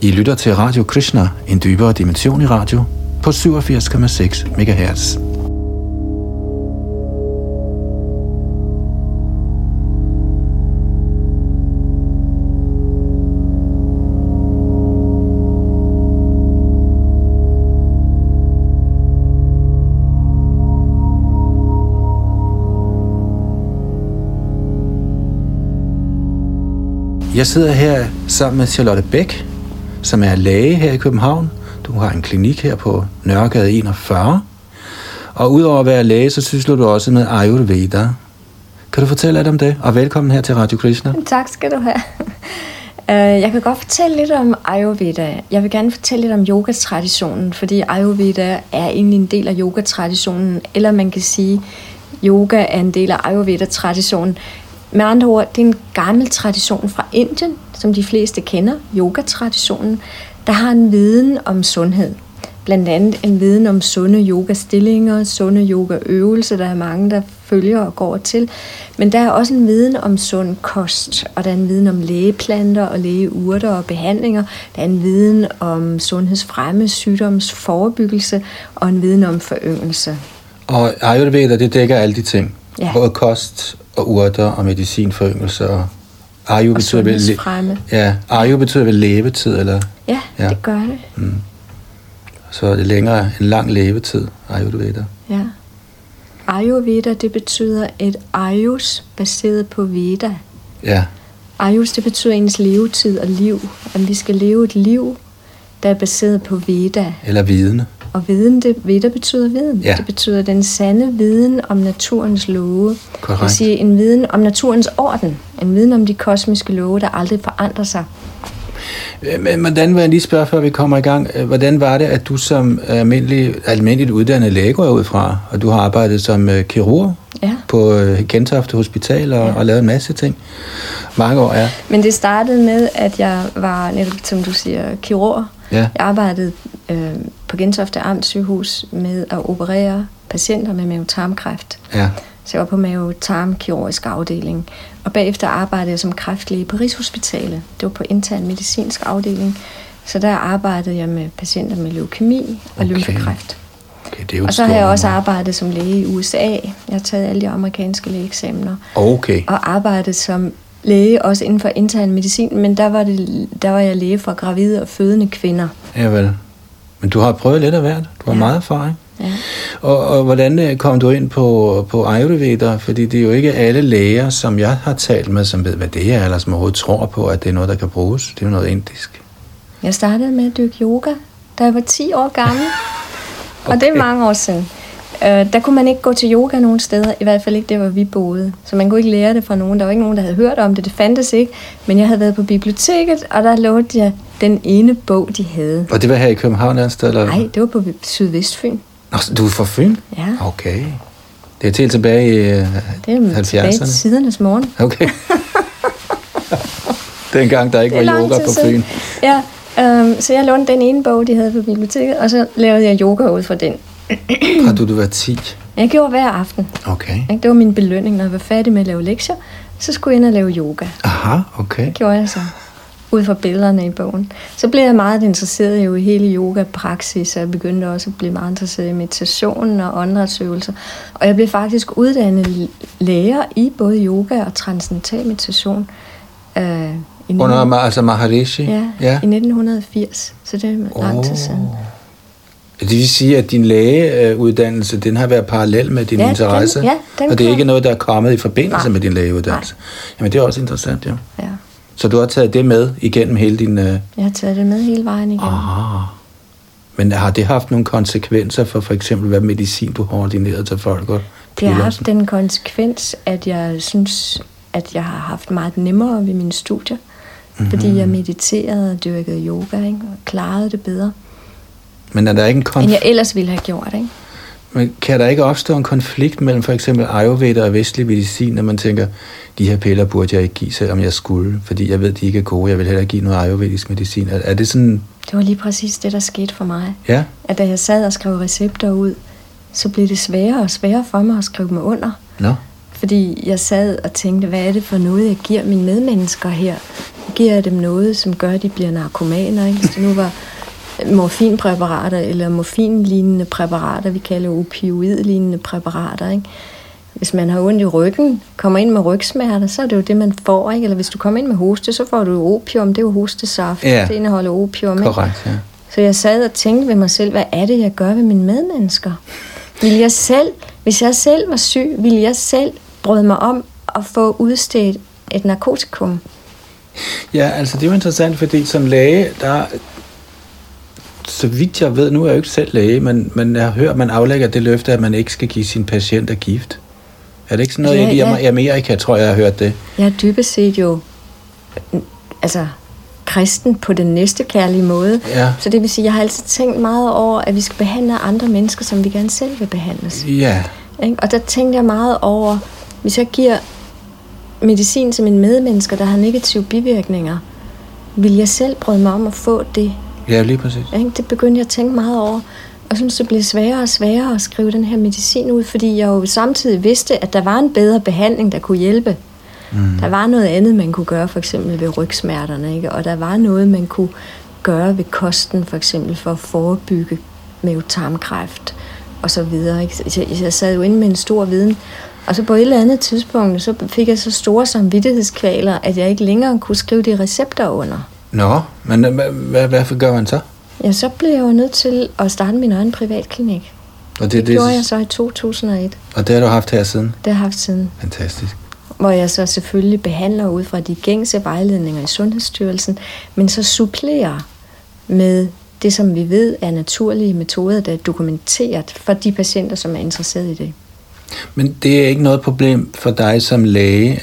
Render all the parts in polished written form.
I lytter til Radio Krishna, en dybere dimension i radio, på 87,6 MHz. Jeg sidder her sammen med Charlotte Bæk, som er læge her i København. Du har en klinik her på Nørregade 41. Og udover at være læge, så sysler du også med Ayurveda. Kan du fortælle lidt om det? Og velkommen her til Radio Krishna. Tak skal du have. Jeg kan godt fortælle lidt om Ayurveda. Jeg vil gerne fortælle lidt om yogatraditionen, fordi Ayurveda er egentlig en del af yogatraditionen, eller man kan sige, yoga er en del af Ayurveda-traditionen. Med andre ord, det er en gammel tradition fra Indien, som de fleste kender, yogatraditionen, der har en viden om sundhed. Blandt andet en viden om sunde yogastillinger, sunde yogaøvelser, der er mange, der følger og går til. Men der er også en viden om sund kost, og der er en viden om lægeplanter og lægeurter og behandlinger. Der er en viden om sundhedsfremme, sygdomsforebyggelse og en viden om foryngelse. Og Ayurveda, det dækker alle de ting. Ja. Både kost og urter og medicinforyngelse og Ayu og betyder sundhedsfremme. Ayu betyder vel levetid, eller? Ja, det gør det. Mm. Så er det længere en lang levetid, Ayurveda. Ja. Ayurveda, det betyder et ayus baseret på Veda. Ja. Ayus, det betyder ens levetid og liv. At vi skal leve et liv, der er baseret på Veda. Eller vidne. Og viden, Veda betyder viden. Ja. Det betyder den sande viden om naturens love. Korrekt. Det vil sige en viden om naturens orden. En viden om de kosmiske love, der aldrig forandrer sig. Men hvordan vil jeg lige spørge, før vi kommer i gang, hvordan var det, at du som almindeligt uddannet læge går ud fra, og du har arbejdet som kirurg på Gentofte Hospital og lavet en masse ting? Mange år, ja. Men det startede med, at jeg var netop, som du siger, kirurg. Ja. Jeg arbejdede på Gentofte Amtssygehus med at operere patienter med mavetarmkræft. Ja. Så jeg var på mavetarmkirurgisk afdeling. Og bagefter arbejdede jeg som kræftlæge på Rigshospitalet. Det var på intern medicinsk afdeling. Så der arbejdede jeg med patienter med leukemi og lymfekræft. Okay, og så har jeg også arbejdet som læge i USA. Jeg har taget alle de amerikanske lægeeksamener. Okay. Og arbejdet som læge også inden for intern medicin. Men der var jeg læge for gravide og fødende kvinder. Ja vel. Men du har prøvet lidt af hvert. Du har meget erfaring. Ja. Og hvordan kom du ind på Ayurveda? Fordi det er jo ikke alle læger, som jeg har talt med, som ved, hvad det er, eller som overhovedet tror på, at det er noget, der kan bruges. Det er jo noget indisk. Jeg startede med at dykke yoga, da jeg var 10 år gammel. Okay. Og det er mange år siden. Der kunne man ikke gå til yoga nogen steder, i hvert fald ikke der, hvor vi boede. Så man kunne ikke lære det fra nogen. Der var ikke nogen, der havde hørt om det. Det fandtes ikke. Men jeg havde været på biblioteket, og der lånte jeg den ene bog, de havde. Og det var her i København eller? Nej, det var på Sydvestfyn. Nå, du er fra Fyn? Ja. Okay. Det er helt tilbage i 70'erne? Det er tilbage til sidernes morgen. Okay. Dengang der ikke var yoga på Fyn. Ja, så jeg lånte den ene bog, de havde på biblioteket, og så lavede jeg yoga ud fra den. Har du været 10? Jeg gjorde hver aften. Okay. Det var min belønning, når jeg var færdig med at lave lektier, så skulle jeg ind og lave yoga. Aha, okay. Det gjorde jeg så. Ud fra billederne i bogen. Så blev jeg meget interesseret i hele yoga-praksis, og jeg begyndte også at blive meget interesseret i meditation og åndedrætsøvelser. Og jeg blev faktisk uddannet lærer i både yoga og transcendental meditation. Under altså Maharishi? Ja, i 1980. Så det er lang tid siden. Det vil sige, at din lægeuddannelse, den har været parallel med din interesse? Den og det er ikke noget, der er kommet i forbindelse med din lægeuddannelse? Nej. Jamen, det er også interessant, ja. Så du har taget det med igennem hele din... Jeg har taget det med hele vejen igennem. Aha. Men har det haft nogle konsekvenser for eksempel, hvad medicin du har ordineret til folk? Det har haft den konsekvens, at jeg synes, at jeg har haft meget nemmere ved mine studier. Mm-hmm. Fordi jeg mediterede og dyrkede yoga, ikke? Og klarede det bedre. Men er der ikke end jeg ellers ville have gjort, ikke? Men kan der ikke opstå en konflikt mellem for eksempel Ayurveda og vestlig medicin, når man tænker, de her piller burde jeg ikke give, selvom jeg skulle, fordi jeg ved, de ikke er gode, jeg vil heller ikke give noget ayurvedisk medicin. Er det sådan... Det var lige præcis det, der skete for mig. Ja? At da jeg sad og skrev recepter ud, så blev det sværere og sværere for mig at skrive dem under. Nå? Fordi jeg sad og tænkte, hvad er det for noget, jeg giver mine medmennesker her? giver jeg dem noget, som gør, at de bliver narkomaner. Ikke? Hvis det nu var morfinpræparater eller morfinlignende præparater, vi kalder opioidlignende præparater, ikke? Hvis man har ondt i ryggen, kommer ind med rygsmerter, så er det jo det, man får, ikke? Eller hvis du kommer ind med hoste, så får du opium, det er jo hostesaft, det indeholder opium, ikke? Korrekt, ja. Så jeg sad og tænkte ved mig selv, hvad er det, jeg gør ved mine medmennesker? Hvis jeg selv var syg, ville jeg selv bryde mig om at få udstedt et narkotikum? Ja, altså det er jo interessant, fordi som læge, der, så vidt jeg ved, nu er jeg jo ikke selv læge, men jeg har hørt, at man aflægger det løfte, at man ikke skal give sin patienter gift. Er det ikke sådan noget, i Amerika, tror jeg har hørt det? Jeg er dybest set jo kristen på den næste kærlige måde. Ja. Så det vil sige, jeg har altid tænkt meget over, at vi skal behandle andre mennesker, som vi gerne selv vil behandles. Ja. Og der tænkte jeg meget over, hvis jeg giver medicin til mine medmennesker, der har negative bivirkninger, vil jeg selv bryde mig om at få det? Ja, lige præcis. Det begyndte jeg at tænke meget over. Og synes, det blev sværere og sværere at skrive den her medicin ud, fordi jeg jo samtidig vidste, at der var en bedre behandling, der kunne hjælpe. Der var noget andet, man kunne gøre, for eksempel ved rygsmerterne, ikke? Og der var noget, man kunne gøre ved kosten, for eksempel for at forebygge mavetarmkræft og så videre, ikke? Jeg sad jo inde med en stor viden, og så på et eller andet tidspunkt, så fik jeg så store samvittighedskvaler, at jeg ikke længere kunne skrive de recepter under. Nå, men hvad gør man så? Ja, så blev jeg jo nødt til at starte min egen privatklinik. Og det gjorde jeg så i 2001. Og det har du haft her siden? Det har jeg haft siden. Fantastisk. Hvor jeg så selvfølgelig behandler ud fra de gængse vejledninger i Sundhedsstyrelsen, men så supplerer med det, som vi ved er naturlige metoder, der er dokumenteret for de patienter, som er interesseret i det. Men det er ikke noget problem for dig som læge,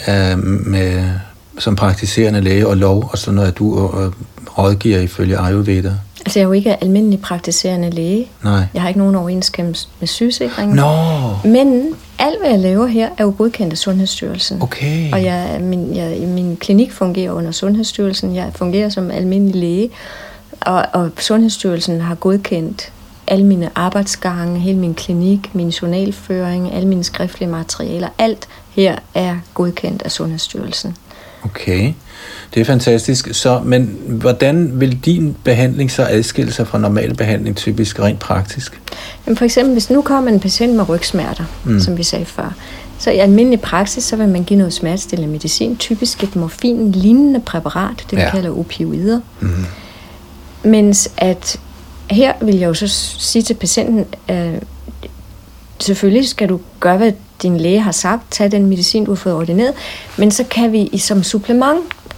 som praktiserende læge og lov, og sådan noget, at du rådgiver ifølge Ayurveda? Altså, jeg er jo ikke almindelig praktiserende læge. Nej. Jeg har ikke nogen overenskomst med sygesikringen. Nå! Men alt, hvad jeg laver her, er jo godkendt af Sundhedsstyrelsen. Okay. Og min klinik fungerer under Sundhedsstyrelsen. Jeg fungerer som almindelig læge. Og Sundhedsstyrelsen har godkendt alle mine arbejdsgange, hele min klinik, min journalføring, alle mine skriftlige materialer. Alt her er godkendt af Sundhedsstyrelsen. Okay, det er fantastisk. Men hvordan vil din behandling så adskille sig fra normal behandling, typisk rent praktisk? Jamen for eksempel, hvis nu kommer en patient med rygsmerter, som vi sagde før, så i almindelig praksis, så vil man give noget smertestillende medicin, typisk et morfin-lignende præparat, det vi kalder opioider. Mm-hmm. Mens at her vil jeg jo så sige til patienten, selvfølgelig skal du gøre, hvad din læge har sagt, tag den medicin, du har fået ordineret, men så kan vi som supplement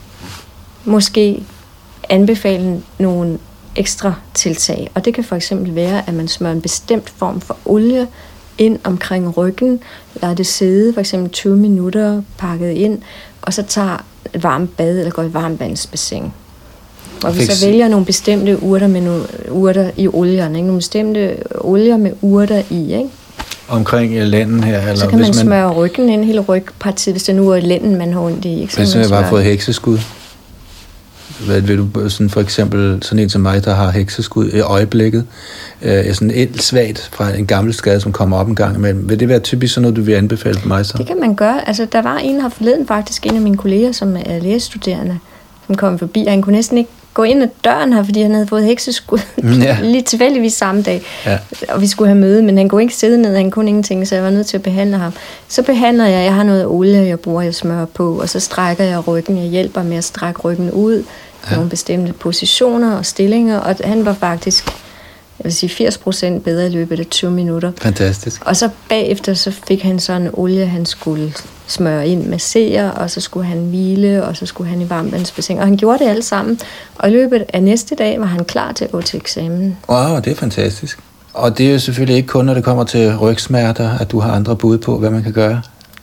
måske anbefale nogle ekstra tiltag. Og det kan for eksempel være, at man smører en bestemt form for olie ind omkring ryggen, lader det sidde for eksempel 20 minutter pakket ind, og så tager et varmt bad eller går i varmtvandsbassin. Og vi så vælger nogle bestemte urter med nogle urter i olierne, ikke? Nogle bestemte olier med urter i, ikke? Omkring lænden her? Eller så kan man smøre ryggen ind, hele rygpartiet, hvis det nu er lænden, man har ondt i. Ikke? Hvis man bare har fået hekseskud? Hvad vil du, sådan for eksempel sådan en som mig, der har hekseskud i øjeblikket, sådan et svagt fra en gammel skade, som kommer op en gang imellem. Vil det være typisk sådan noget, du vil anbefale for mig så? Det kan man gøre. Altså, der var en her forleden faktisk, en af mine kolleger, som er lægestuderende, som kom forbi, og han kunne næsten ikke gå ind ad døren her, fordi han havde fået hekseskud lige tilfældigvis samme dag. Ja. Og vi skulle have møde, men han kunne ikke sidde ned, han kunne ingenting, så jeg var nødt til at behandle ham. Så behandler jeg har noget olie, jeg bruger, jeg smører på, og så strækker jeg ryggen, jeg hjælper med at strække ryggen ud, nogle bestemte positioner og stillinger, og han var faktisk, jeg vil sige 80% bedre i løbet af 20 minutter. Fantastisk. Og så bagefter, så fik han sådan en olie, han skulle smøre ind, massere, og så skulle han hvile, og så skulle han i varmtvandsbassin. Og han gjorde det alle sammen. Og i løbet af næste dag var han klar til at gå til eksamen. Wow, det er fantastisk. Og det er jo selvfølgelig ikke kun, når det kommer til rygsmerter, at du har andre bud på, hvad man kan gøre.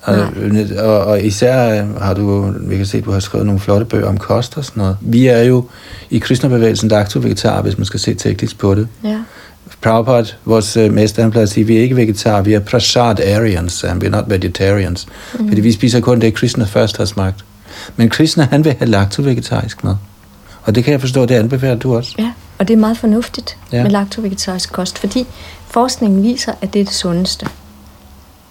Og især har vi kan se, at du har skrevet nogle flotte bøger om kost og sådan noget. Vi er jo i Krishna-bevægelsen lacto-vegetar, hvis man skal se teknisk på det. Ja. Prabhupada, vores mester, han plejer at sige, at vi er ikke vegetarer, vi er prasad-arians, and we're not vegetarians. Fordi vi spiser kun det, Krishna først har smagt. Men Krishna, han vil have lacto-vegetarisk mad. Og det kan jeg forstå, det anbefaler du også. Ja, og det er meget fornuftigt med lacto-vegetarisk kost, fordi forskningen viser, at det er det sundeste.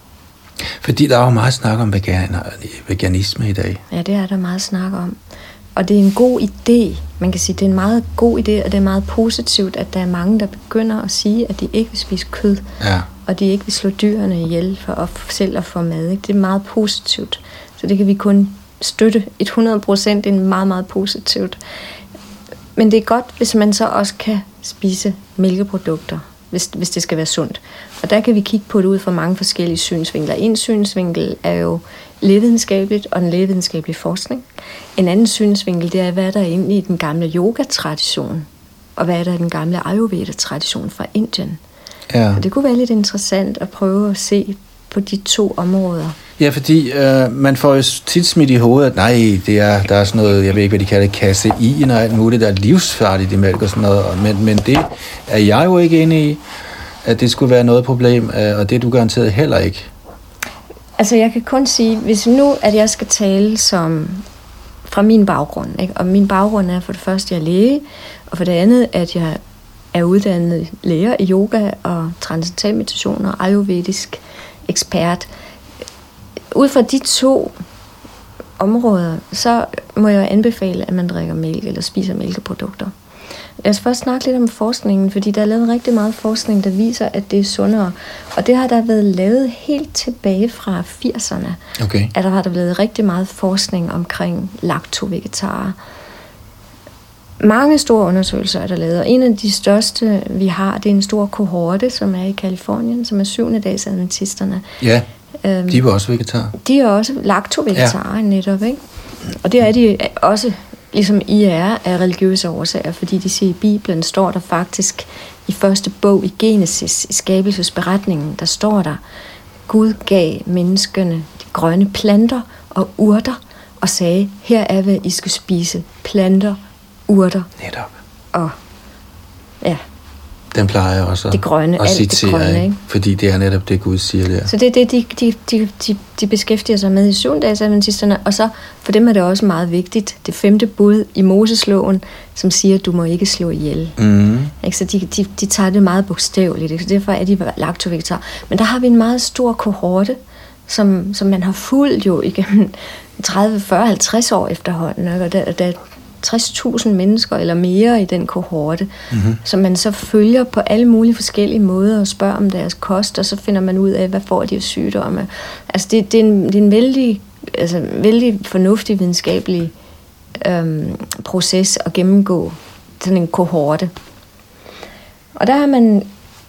Fordi der er jo meget snak om veganisme i dag. Ja, det er der meget snak om. Og det er en god idé. Man kan sige, det er en meget god idé, og det er meget positivt, at der er mange, der begynder at sige, at de ikke vil spise kød. Ja. Og de ikke vil slå dyrene ihjel for selv at få mad. Ikke? Det er meget positivt. Så det kan vi kun støtte 100%. Det er meget, meget positivt. Men det er godt, hvis man så også kan spise mælkeprodukter, hvis det skal være sundt. Og der kan vi kigge på det ud fra mange forskellige synsvinkler. En synsvinkel er jo lægevidenskabeligt og den lægevidenskabelige forskning. En anden synsvinkel, det er, hvad der er inde i den gamle yoga-tradition, og hvad der er den gamle Ayurveda-tradition fra Indien. Ja. Og det kunne være lidt interessant at prøve at se på de to områder. Ja, fordi man får jo tit smidt i hovedet, at nej, der er sådan noget, jeg ved ikke, hvad de kalder kasein og alt muligt, der er livsfarligt i mælk og sådan noget, men det er jeg jo ikke inde i, at det skulle være noget problem, og det er du garanteret heller ikke. Altså jeg kan kun sige, hvis nu, at jeg skal tale fra min baggrund, ikke? Og min baggrund er for det første, jeg er læge, og for det andet, at jeg er uddannet lærer i yoga og transcendental meditation og ayurvedisk ekspert. Ud fra de to områder, så må jeg anbefale, at man drikker mælk eller spiser mælkeprodukter. Lad os først snakke lidt om forskningen, fordi der er lavet rigtig meget forskning, der viser, at det er sundere. Og det har der været lavet helt tilbage fra 80'erne. Okay. At der har der været rigtig meget forskning omkring laktovegetarer. Mange store undersøgelser er der lavet, og en af de største, vi har, det er en stor kohorte, som er i Kalifornien, som er 7-dags adventisterne. Ja, de er også vegetarer. De er også laktovegetarer, netop, ikke? Og det er de også, ligesom I er, af religiøse årsager, fordi de siger, i Bibelen står der faktisk i første bog i Genesis, i skabelsesberetningen, der står der, Gud gav menneskene de grønne planter og urter, og sagde, her er hvad I skal spise, planter, urter. Netop. Og ja. Den plejer jeg også det grønne, at citere, citere, det grønne, ikke? Fordi det er netop det, Gud siger der. Så det er det, de beskæftiger sig med i 7-dages adventisterne, og så for dem er det også meget vigtigt, det 5. bud i Mosesloven, som siger, at du må ikke slå ihjel. Mm. Ikke? Så de tager det meget bogstaveligt, ikke? Så derfor er de laktovegetarer. Men der har vi en meget stor kohorte, som man har fulgt jo igennem 30, 40, 50 år efterhånden, ikke? Og der er 60.000 mennesker eller mere i den kohorte, som man så følger på alle mulige forskellige måder og spørger om deres kost, og så finder man ud af, hvad får de af sygdomme. Altså det er en vældig fornuftig videnskabelig proces at gennemgå sådan en kohorte. Og der har man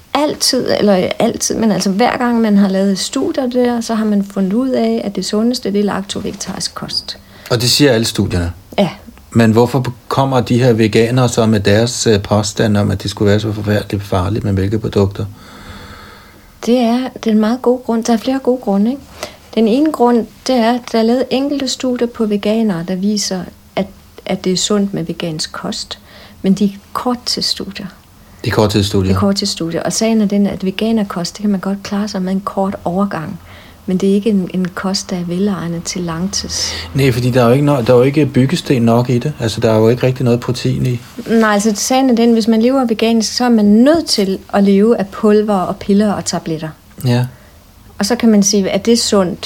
men altså hver gang man har lavet studier der, så har man fundet ud af, at det sundeste, det er laktovegetarisk kost. Og det siger alle studierne? Ja. Men hvorfor kommer de her veganere så med deres påstand om, at det skulle være så forfærdeligt farligt med mælkeprodukter? Det er en meget god grund. Der er flere gode grunde, ikke? Den ene grund, det er, at der er lavet enkelte studier på veganere, der viser, at det er sundt med vegansk kost. Men de er korttidsstudier. Det er korttidsstudier? Det er korttidsstudier. Og sagen er den, at veganerkost, det kan man godt klare sig med en kort overgang. Men det er ikke en kost, der er velegnet til langtids. Nej, fordi der er jo ikke byggesten nok i det. Altså, der er jo ikke rigtig noget protein i. Nej, altså sagen er den, hvis man lever veganisk, så er man nødt til at leve af pulver og piller og tabletter. Ja. Og så kan man sige, at det er sundt.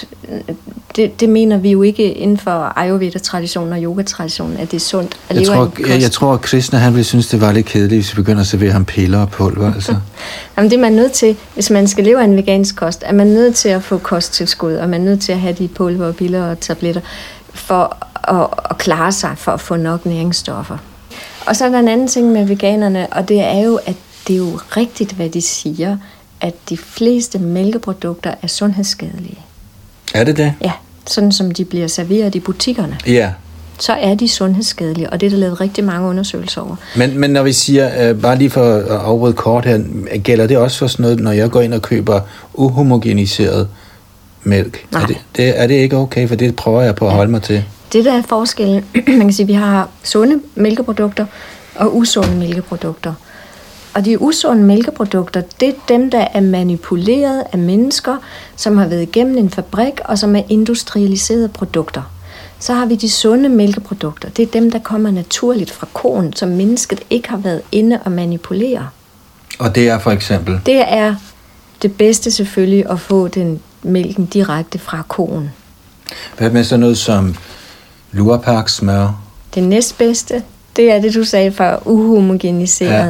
Det mener vi jo ikke inden for Ayurveda-traditionen og yoga-traditionen, at det er sundt at leve af en kost. Jeg tror, at Krishna han ville synes, det var lidt kedeligt, hvis vi begynder at servere ham piller og pulver. Altså. Jamen, det er man nødt til, hvis man skal leve af en vegansk kost, er man nødt til at få kosttilskud, og man er nødt til at have de pulver og piller og tabletter for at klare sig, for at få nok næringsstoffer. Og så er der en anden ting med veganerne, og det er jo, at det er jo rigtigt, hvad de siger, at de fleste mælkeprodukter er sundhedsskadelige. Er det det? Ja, sådan som de bliver serveret i butikkerne. Ja. Så er de sundhedsskadelige, og det er der lavet rigtig mange undersøgelser over. Men når vi siger, bare lige for at afbryde kort her, gælder det også for sådan noget, når jeg går ind og køber uhomogeniseret mælk? Nej. Er det ikke okay, for det prøver jeg på at holde mig til? Det der er forskellen, man kan sige, at vi har sunde mælkeprodukter og usunde mælkeprodukter. Og de usunde mælkeprodukter, det er dem, der er manipuleret af mennesker, som har været igennem en fabrik, og som er industrialiserede produkter. Så har vi de sunde mælkeprodukter. Det er dem, der kommer naturligt fra koen, som mennesket ikke har været inde og manipulere. Og det er for eksempel? Det er det bedste selvfølgelig at få den mælken direkte fra koen. Hvad med sådan noget som lurpak smør? Det næstbedste, det er det, du sagde før, uhomogeniseret,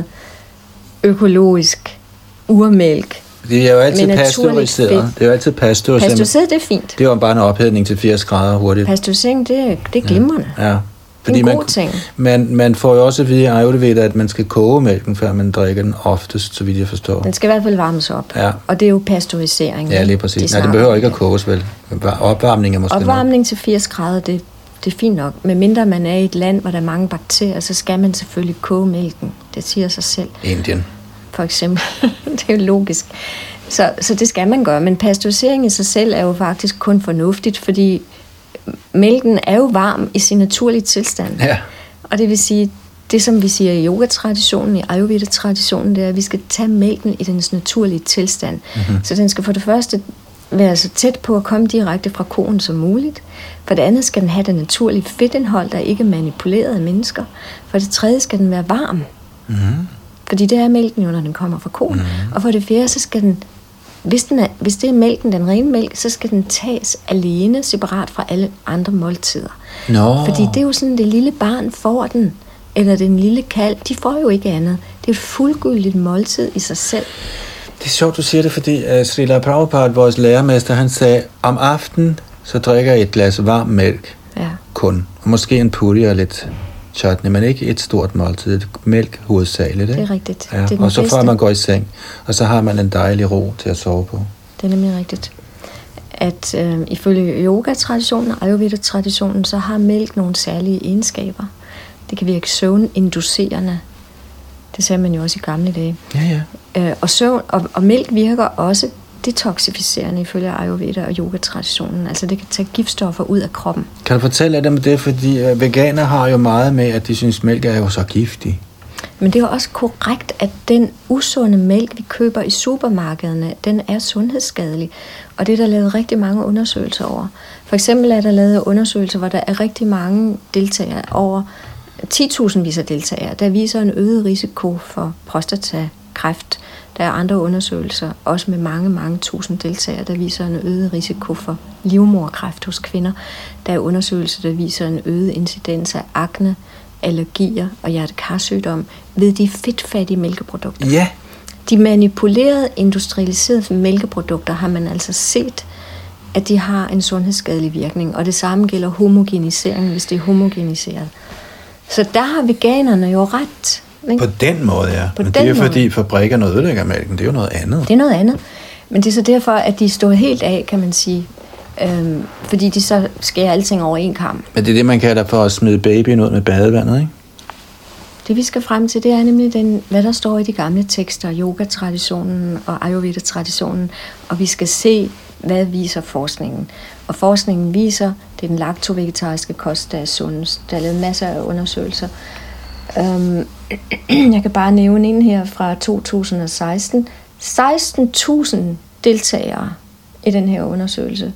økologisk, urmælk. Det er jo altid pasteuriseret. Det er jo altid pasteuriseret. Pasteuriseret, det er fint. Det er jo bare en ophedning til 80 grader hurtigt. Pasteurisering, det er glimrende. Ja. Fordi det er en god ting. Man får jo også at vide i Ayurveda, at man skal koge mælken, før man drikker den oftest, så vidt jeg forstår. Den skal i hvert fald varmes op. Ja. Og det er jo pasteurisering. Ja, lige præcis. Nej, det behøver ikke at koges, vel? Opvarmning er måske Opvarmning til 80 grader, det er fint nok. Medmindre man er i et land, hvor der er mange bakterier, så skal man selvfølgelig koge mælken. Det siger sig selv. Indien. For eksempel. Det er jo logisk. Så det skal man gøre. Men pasteurisering i sig selv er jo faktisk kun fornuftigt, fordi mælken er jo varm i sin naturlige tilstand. Ja. Og det vil sige, det som vi siger i yoga-traditionen, i Ayurveda-traditionen, det er, at vi skal tage mælken i dens naturlige tilstand. Mm-hmm. Så den skal for det første være så tæt på at komme direkte fra koen som muligt. For det andet skal den have det naturlige fedtindhold, der ikke er manipuleret af mennesker. For det tredje skal den være varm. Mm-hmm. Fordi det er mælken jo, når den kommer fra koen. Mm-hmm. Og for det fjerde, så skal den, hvis det er mælken, den rene mælk, så skal den tages alene, separat fra alle andre måltider. No. Fordi det er jo sådan, det lille barn får den, eller den lille kalv, de får jo ikke andet. Det er et fuldgyldigt måltid i sig selv. Det er sjovt, du siger det, fordi Srila Prabhupada, vores lærermester, han sagde, om aftenen, så drikker jeg et glas varm mælk. Ja. Kun. Og måske en puri og lidt chutney, men ikke et stort måltid. Mælk hovedsageligt, ikke? Det er rigtigt. Ja. Det er og så bedste. får man gå i seng, og så har man en dejlig ro til at sove på. Det er nemlig rigtigt. At ifølge yoga-traditionen og Ayurveda-traditionen, så har mælk nogle særlige egenskaber. Det kan virke søvninducerende. Det sagde man jo også i gamle dage. Ja, ja. Og mælk virker også detoxificerende ifølge Ayurveda og yoga-traditionen. Altså det kan tage giftstoffer ud af kroppen. Kan du fortælle lidt om det? Fordi veganer har jo meget med, at de synes, mælk er jo så giftig. Men det er jo også korrekt, at den usunde mælk, vi køber i supermarkederne, den er sundhedsskadelig. Og det er der lavet rigtig mange undersøgelser over. For eksempel er der lavet undersøgelser, hvor der er rigtig mange deltagere, over 10.000 vis af deltagere, der viser en øget risiko for prostatakræft. Der er andre undersøgelser, også med mange tusind deltagere, der viser en øget risiko for livmoderkræft hos kvinder. Der er undersøgelser, der viser en øget incidens af akne, allergier og hjertekarsygdom ved de fedtfattige mælkeprodukter. Ja. De manipulerede, industrialiserede mælkeprodukter har man altså set, at de har en sundhedsskadelig virkning. Og det samme gælder homogenisering, hvis det er homogeniseret. Så der har veganerne jo ret. Ikke? På den måde, ja. Men det er jo fordi fabrikkerne ødelægger mælken. Det er jo noget andet. Det er noget andet. Men det er så derfor, at de står helt af, kan man sige. Fordi de så skærer alting over en kam. Men det er det, man kalder for at smide babyen ud med badevandet, ikke? Det vi skal frem til, det er nemlig hvad der står i de gamle tekster, yoga-traditionen og Ayurveda-traditionen. Og vi skal se, hvad viser forskningen. Og forskningen viser, det er den laktovegetariske kost, der er sundest. Der er lavet masser af undersøgelser. Jeg kan bare nævne en her fra 2016. 16.000 deltagere i den her undersøgelse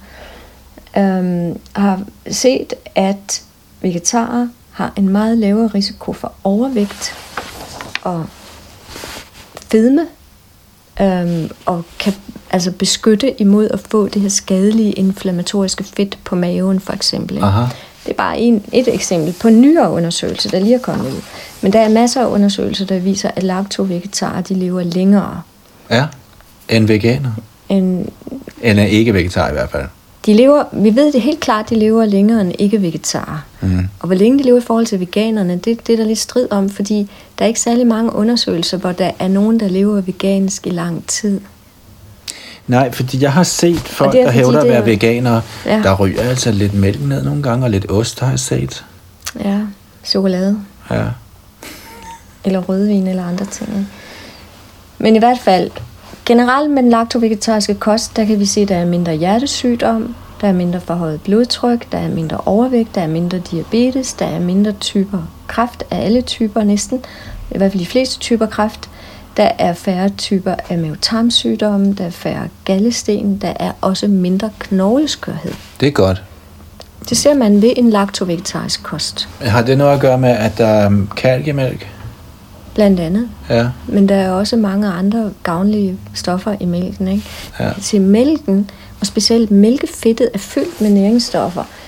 har set, at vegetarer har en meget lavere risiko for overvægt og fedme, og kan altså beskytte imod at få det her skadelige inflammatoriske fedt på maven, for eksempel. Aha. Det er bare et eksempel på en nyere undersøgelse, der lige er kommet ud. Men der er masser af undersøgelser, der viser, at laktovegetarer, de lever længere. Ja, end veganer. Eller ikke vegetarer i hvert fald. Vi ved det helt klart, de lever længere end ikke-vegetarer. Mm. Og hvor længe de lever i forhold til veganerne, det er der lidt strid om, fordi der er ikke særlig mange undersøgelser, hvor der er nogen, der lever vegansk i lang tid. Nej, fordi jeg har set folk, der hævder at være veganere, der ryger altså lidt mælk ned nogle gange, og lidt ost har jeg set. Ja, chokolade. Ja. Eller rødvin eller andre ting. Ikke? Men i hvert fald, generelt med den laktovegetariske kost, der kan vi se, at der er mindre hjertesygdom, der er mindre forhøjet blodtryk, der er mindre overvægt, der er mindre diabetes, der er mindre typer kræft af alle typer næsten, i hvert fald de fleste typer kræft. Der er færre typer af mavetarmsygdomme, der er færre galdesten, der er også mindre knogleskørhed. Det er godt. Det ser man ved en laktovegetarisk kost. Har det noget at gøre med, at der er kalk i mælk? Blandt andet. Ja. Men der er også mange andre gavnlige stoffer i mælken, ikke? Ja. Til mælken, og specielt mælkefedtet, er fyldt med næringsstoffer.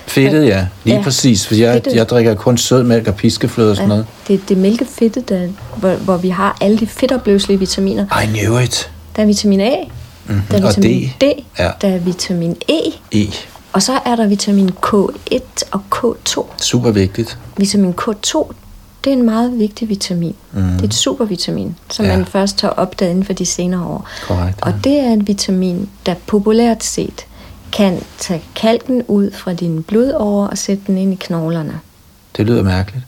Fedtet, ja. Lige præcis. For jeg drikker kun sødmælk og piskefløde og sådan noget. Det er mælkefedtet, hvor vi har alle de fedtopløselige vitaminer. I knew it. Der er vitamin A, der er vitamin D, der er vitamin E. Og så er der vitamin K1 og K2. Super vigtigt. Vitamin K2, det er en meget vigtig vitamin. Det er et supervitamin, som man først har opdaget inden for de senere år. Korrekt. Og det er en vitamin, der populært set kan tage kalken ud fra dine blodårer og sætte den ind i knoglerne. Det lyder mærkeligt.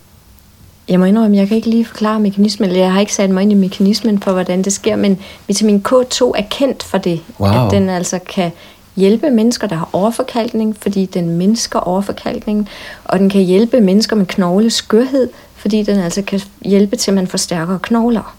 Jeg må indrømme, jeg kan ikke lige forklare mekanismen, eller jeg har ikke sat mig ind i mekanismen for, hvordan det sker, men vitamin K2 er kendt for det, at den altså kan hjælpe mennesker, der har overforkalkning, fordi den mindsker overforkalkningen, og den kan hjælpe mennesker med knogleskørhed, fordi den altså kan hjælpe til, at man får stærkere knogler.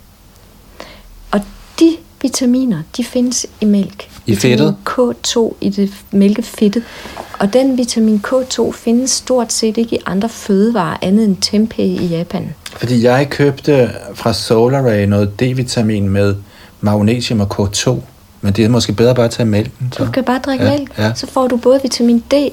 Og de vitaminer, de findes i mælk. I fedtet? K2 i det mælkefedtet. Og den vitamin K2 findes stort set ikke i andre fødevarer, andet end tempeh i Japan. Fordi jeg købte fra Solaray noget D-vitamin med magnesium og K2, men det er måske bedre bare at tage mælken. Så. Du kan bare drikke mælk, så får du både vitamin D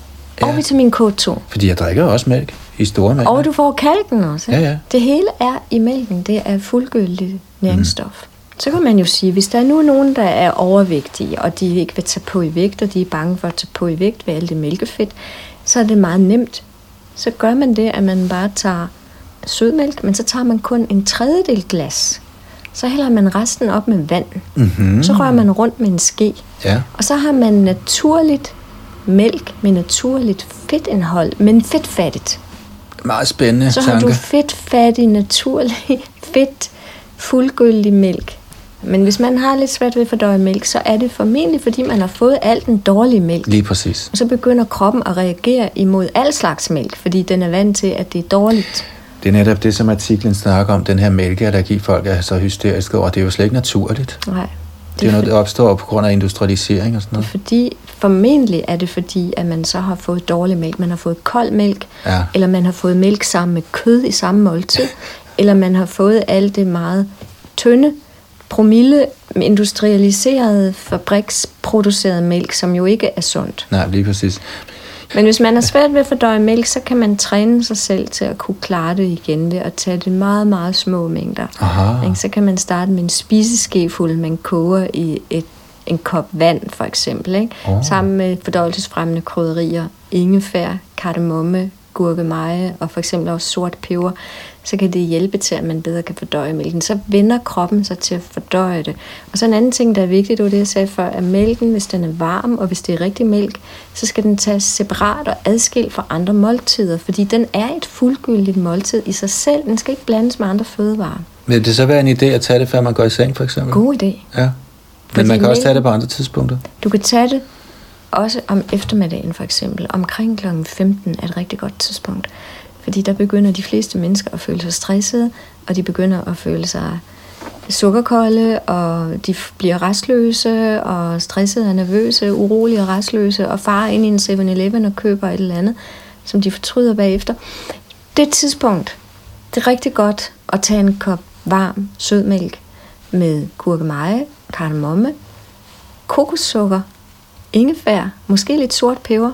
og vitamin K2. Fordi jeg drikker også mælk i store mængder. Og du får kalken også. Ja. Det hele er i mælken, det er fuldgyldigt næringsstof. Så kan man jo sige, hvis der er nu nogen, der er overvægtige, og de ikke vil tage på i vægt, og de er bange for at tage på i vægt ved alt det mælkefedt, så er det meget nemt. Så gør man det, at man bare tager sødmælk, men så tager man kun en tredjedel glas. Så hælder man resten op med vand. Så rører man rundt med en ske. Ja. Og så har man naturligt mælk med naturligt fedtindhold, men fedtfattigt. Meget spændende så tanke. har du fedtfattig, naturlig, fedt, fuldgyldig mælk. Men hvis man har lidt svært ved at fordøje mælk, så er det formentlig, fordi man har fået al den dårlige mælk. Lige præcis. Og så begynder kroppen at reagere imod al slags mælk, fordi den er vant til, at det er dårligt. Det er netop det, som artiklen snakker om, den her mælkeallergi, folk er så hysteriske over. Det er jo slet ikke naturligt. Nej. Det er noget, der opstår på grund af industrialisering og sådan noget. Formentlig er det fordi, at man så har fået dårlig mælk. Man har fået kold mælk, eller man har fået mælk sammen med kød i samme måltid, eller man har fået alt det meget tynde, promille, industrialiserede, fabriksproducerede mælk, som jo ikke er sundt. Nej, lige præcis. Men hvis man er svært ved at fordøje mælk, så kan man træne sig selv til at kunne klare det igen ved at tage det meget, meget små mængder. Aha. Så kan man starte med en spiseskefuld, man koger i en kop vand, for eksempel. Ikke? Sammen med fordøjelsesfremmende krydderier, ingefær, kardemomme, gurkemeje og for eksempel også sort peber, så kan det hjælpe til, at man bedre kan fordøje mælken. Så vender kroppen sig til at fordøje det. Og så en anden ting, der er vigtigt, det var det, jeg sagde før, at mælken, hvis den er varm, og hvis det er rigtig mælk, så skal den tages separat og adskilt fra andre måltider, fordi den er et fuldgyldigt måltid i sig selv. Den skal ikke blandes med andre fødevarer. Vil det så være en idé at tage det, før man går i seng, for eksempel? God idé. Ja. Men man kan også tage det på andre tidspunkter? Du kan tage det også om eftermiddagen, for eksempel. Omkring kl. 15 er et rigtig godt tidspunkt. Fordi der begynder de fleste mennesker at føle sig stressede, og de begynder at føle sig sukkerkolde, og de bliver rastløse, og stressede og nervøse, urolige og rastløse, og farer ind i en 7-Eleven og køber et eller andet, som de fortryder bagefter. Det tidspunkt, det er rigtig godt at tage en kop varm sødmælk med gurkemeje, kardemomme, kokossukker, ingefær, måske lidt sort peber.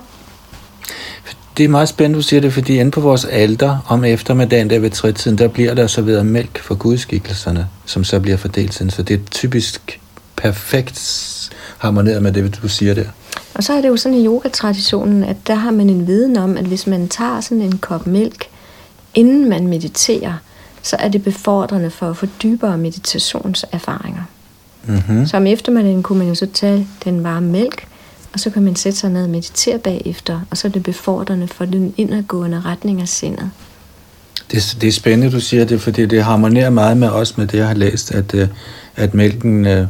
Det er meget spændende, du siger det, fordi inde på vores alter om eftermiddagen der ved trætiden, der bliver der serveret mælk for gudskikkelserne, som så bliver fordelt sådan. Så det er typisk perfekt harmoneret med det, du siger der. Og så er det jo sådan i yogatraditionen, at der har man en viden om, at hvis man tager sådan en kop mælk, inden man mediterer, så er det befordrende for at få dybere meditationserfaringer. Så om eftermiddagen kunne man jo så tage den varme mælk, og så kan man sætte sig ned og meditere bagefter, og så er det befordrende for den indadgående retning af sindet. Det er spændende, du siger det, fordi det harmonerer meget med os, med det, jeg har læst, at mælken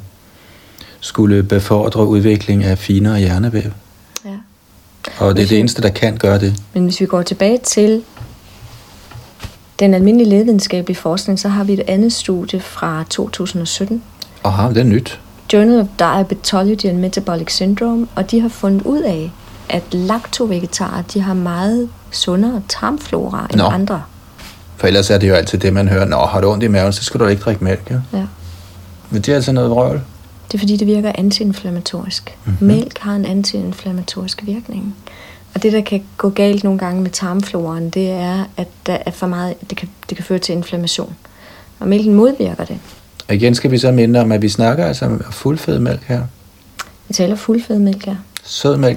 skulle befordre udvikling af finere hjernevæv. Ja. Og det er det eneste, der kan gøre det. Men hvis vi går tilbage til den almindelige lægevidenskabelige forskning, så har vi et andet studie fra 2017. Aha, det er nyt. Journal of Diabetology and Metabolic Syndrome, og de har fundet ud af, at laktovegetarer, de har meget sundere tarmflora end andre. For ellers er det jo altid det, man hører, har du ondt i maven, så skal du ikke drikke mælk, ja? Ja. Men det er altså noget vrøvl. Det er fordi, det virker antiinflammatorisk. Mælk har en antiinflammatorisk virkning. Og det, der kan gå galt nogle gange med tarmfloren, det er, at der er for meget, det kan føre til inflammation. Og mælken modvirker det. Og igen skal vi så minde om, at vi snakker altså om fuldfedmælk her. Vi taler fuldfedmælk, ja. Sødmælk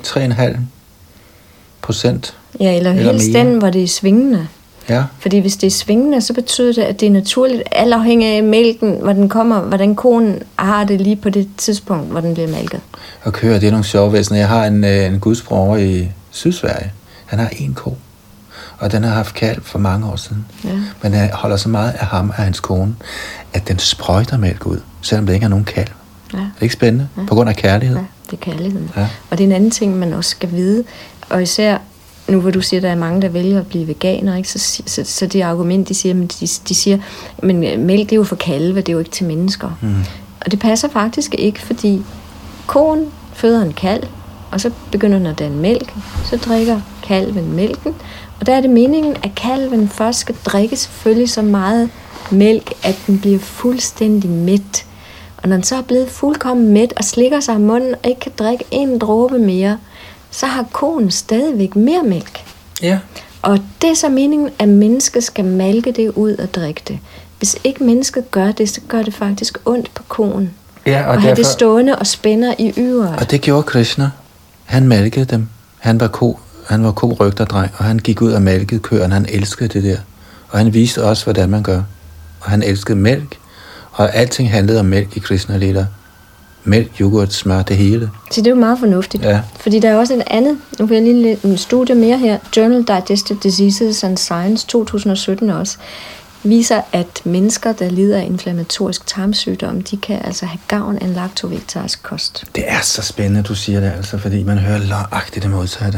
3,5%. Ja, eller helst mere. den, hvor det er svingende. Ja. Fordi hvis det er svingende, så betyder det, at det er naturligt, alt afhængig af mælken, hvor den kommer, hvordan konen har det lige på det tidspunkt, hvor den bliver mælket. Og kører, det er nogle sjove væsener. Jeg har en gudsbror over i Sydsverige. Han har 1 ko, og den har haft kalv for mange år siden. Ja. Men han holder så meget af ham, af hans kone, at den sprøjter mælk ud, selvom det ikke er nogen kalv. Ja. Det er ikke spændende, på grund af kærlighed. Ja, det er kærligheden. Ja. Og det er en anden ting, man også skal vide, og især nu hvor du siger, at der er mange, der vælger at blive veganer, ikke? Så det argument, de siger, men mælk det er jo for kalve, det er jo ikke til mennesker. Og det passer faktisk ikke, fordi koen føder en kalv, og så begynder den at danne mælk, så drikker kalven mælken, og der er det meningen, at kalven først skal drikke selvfølgelig så meget mælk, at den bliver fuldstændig mæt. Og når den så er blevet fuldkommen mæt og slikker sig i munden og ikke kan drikke en dråbe mere, så har koen stadigvæk mere mælk. Ja. Og det er så meningen, at mennesket skal malke det ud og drikke det. Hvis ikke mennesket gør det, så gør det faktisk ondt på koen. Ja, og have det stående og spænder i yveret. Og det gjorde Krishna. Han malkede dem. Han var ko-rygterdreng, og han gik ud og malkede køerne. Han elskede det der. Og han viste også, hvordan man gør. Og han elskede mælk. Og alting handlede om mælk i Krishna Lila. Mælk, yoghurt, smør, det hele. Så det er jo meget fornuftigt. Ja. Fordi der er også en andet, nu vil jeg lige læse en studie mere her, Journal Digestive Diseases and Science 2017 også, viser, at mennesker, der lider af inflammatorisk tarmsygdom, de kan altså have gavn af en laktovegetarisk kost. Det er så spændende, du siger det altså, fordi man hører løgagtigt det modsatte.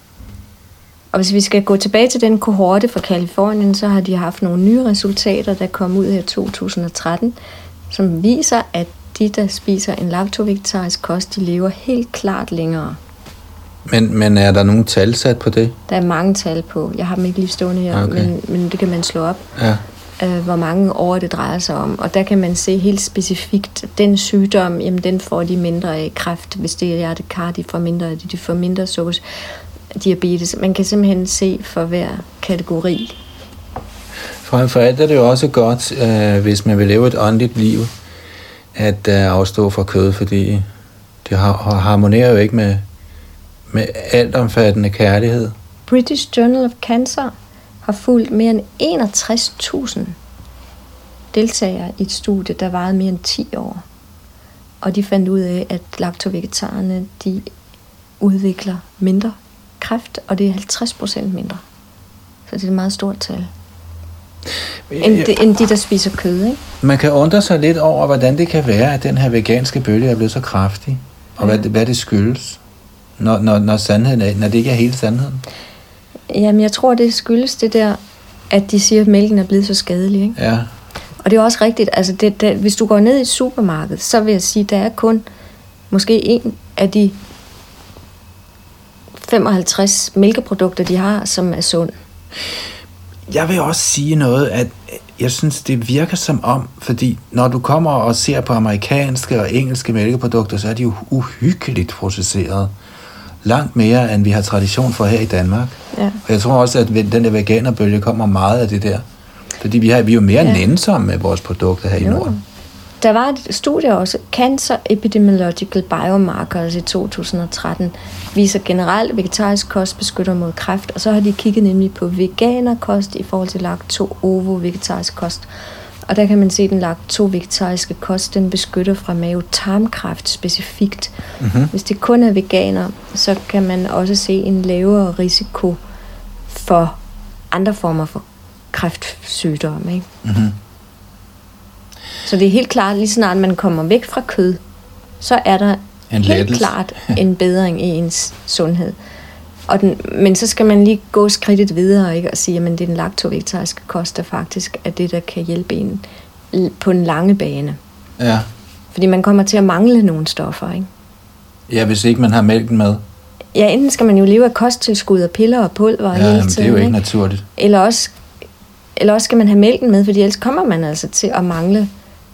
Og hvis vi skal gå tilbage til den kohorte fra Kalifornien, så har de haft nogle nye resultater, der kom ud her i 2013, som viser, at de, der spiser en laktovegetarisk kost, de lever helt klart længere. Men er der nogen tal sat på det? Der er mange tal på. Jeg har dem ikke lige stående her, okay. men det kan man slå op. Ja. Hvor mange år det drejer sig om. Og der kan man se helt specifikt, den sygdom, jamen den får de mindre af kræft. Hvis det er hjertekar, de får mindre af det. De får mindre sukker, diabetes. Man kan simpelthen se for hver kategori. For alt er det jo også godt, hvis man vil leve et åndeligt liv, at afstå fra kød, fordi det harmonerer jo ikke med altomfattende kærlighed. British Journal of Cancer har fulgt mere end 61.000 deltagere i et studie, der varede mere end 10 år. Og de fandt ud af, at laktovegetarerne, de udvikler mindre kræft, og det er 50% mindre. Så det er et meget stort tal. End de, der spiser kød, ikke? Man kan undre sig lidt over, hvordan det kan være, at den her veganske bølge er blevet så kraftig, og hvad det skyldes, når sandheden når det ikke er hele sandheden. Jamen, jeg tror, det skyldes det der, at de siger, at mælken er blevet så skadelig, ikke? Ja. Og det er også rigtigt, altså hvis du går ned i et supermarked, så vil jeg sige, at der er kun måske en af de 55 mælkeprodukter, de har, som er sund. Jeg vil også sige noget, at jeg synes, det virker som om, fordi når du kommer og ser på amerikanske og engelske mælkeprodukter, så er de jo uhyggeligt processeret. Langt mere, end vi har tradition for her i Danmark. Ja. Og jeg tror også, at den der veganerbølge kommer meget af det der. Fordi vi er jo mere nænsomme med vores produkter her i Norden. Der var et studie også, Cancer Epidemiological Biomarkers i 2013, viser generelt vegetarisk kost beskytter mod kræft, og så har de kigget nemlig på veganerkost i forhold til lacto-ovo-vegetarisk kost. Og der kan man se, at den lacto-vegetariske kost, den beskytter fra mave-tarmkræft specifikt. Mm-hmm. Hvis det kun er veganer, så kan man også se en lavere risiko for andre former for kræftsygdomme, ikke? Mm-hmm. Så det er helt klart, lige snart man kommer væk fra kød, så er der helt klart en bedring i ens sundhed. Men så skal man lige gå skridtet videre, ikke, og sige, at det er den laktovegetariske kost, der faktisk er det, der kan hjælpe en på en lange bane. Ja. Fordi man kommer til at mangle nogle stoffer, ikke? Ja, hvis ikke man har mælken med. Ja, enten skal man jo leve af kosttilskud og piller og pulver hele tiden. Det er jo ikke naturligt. Eller også skal man have mælken med, fordi ellers kommer man altså til at mangle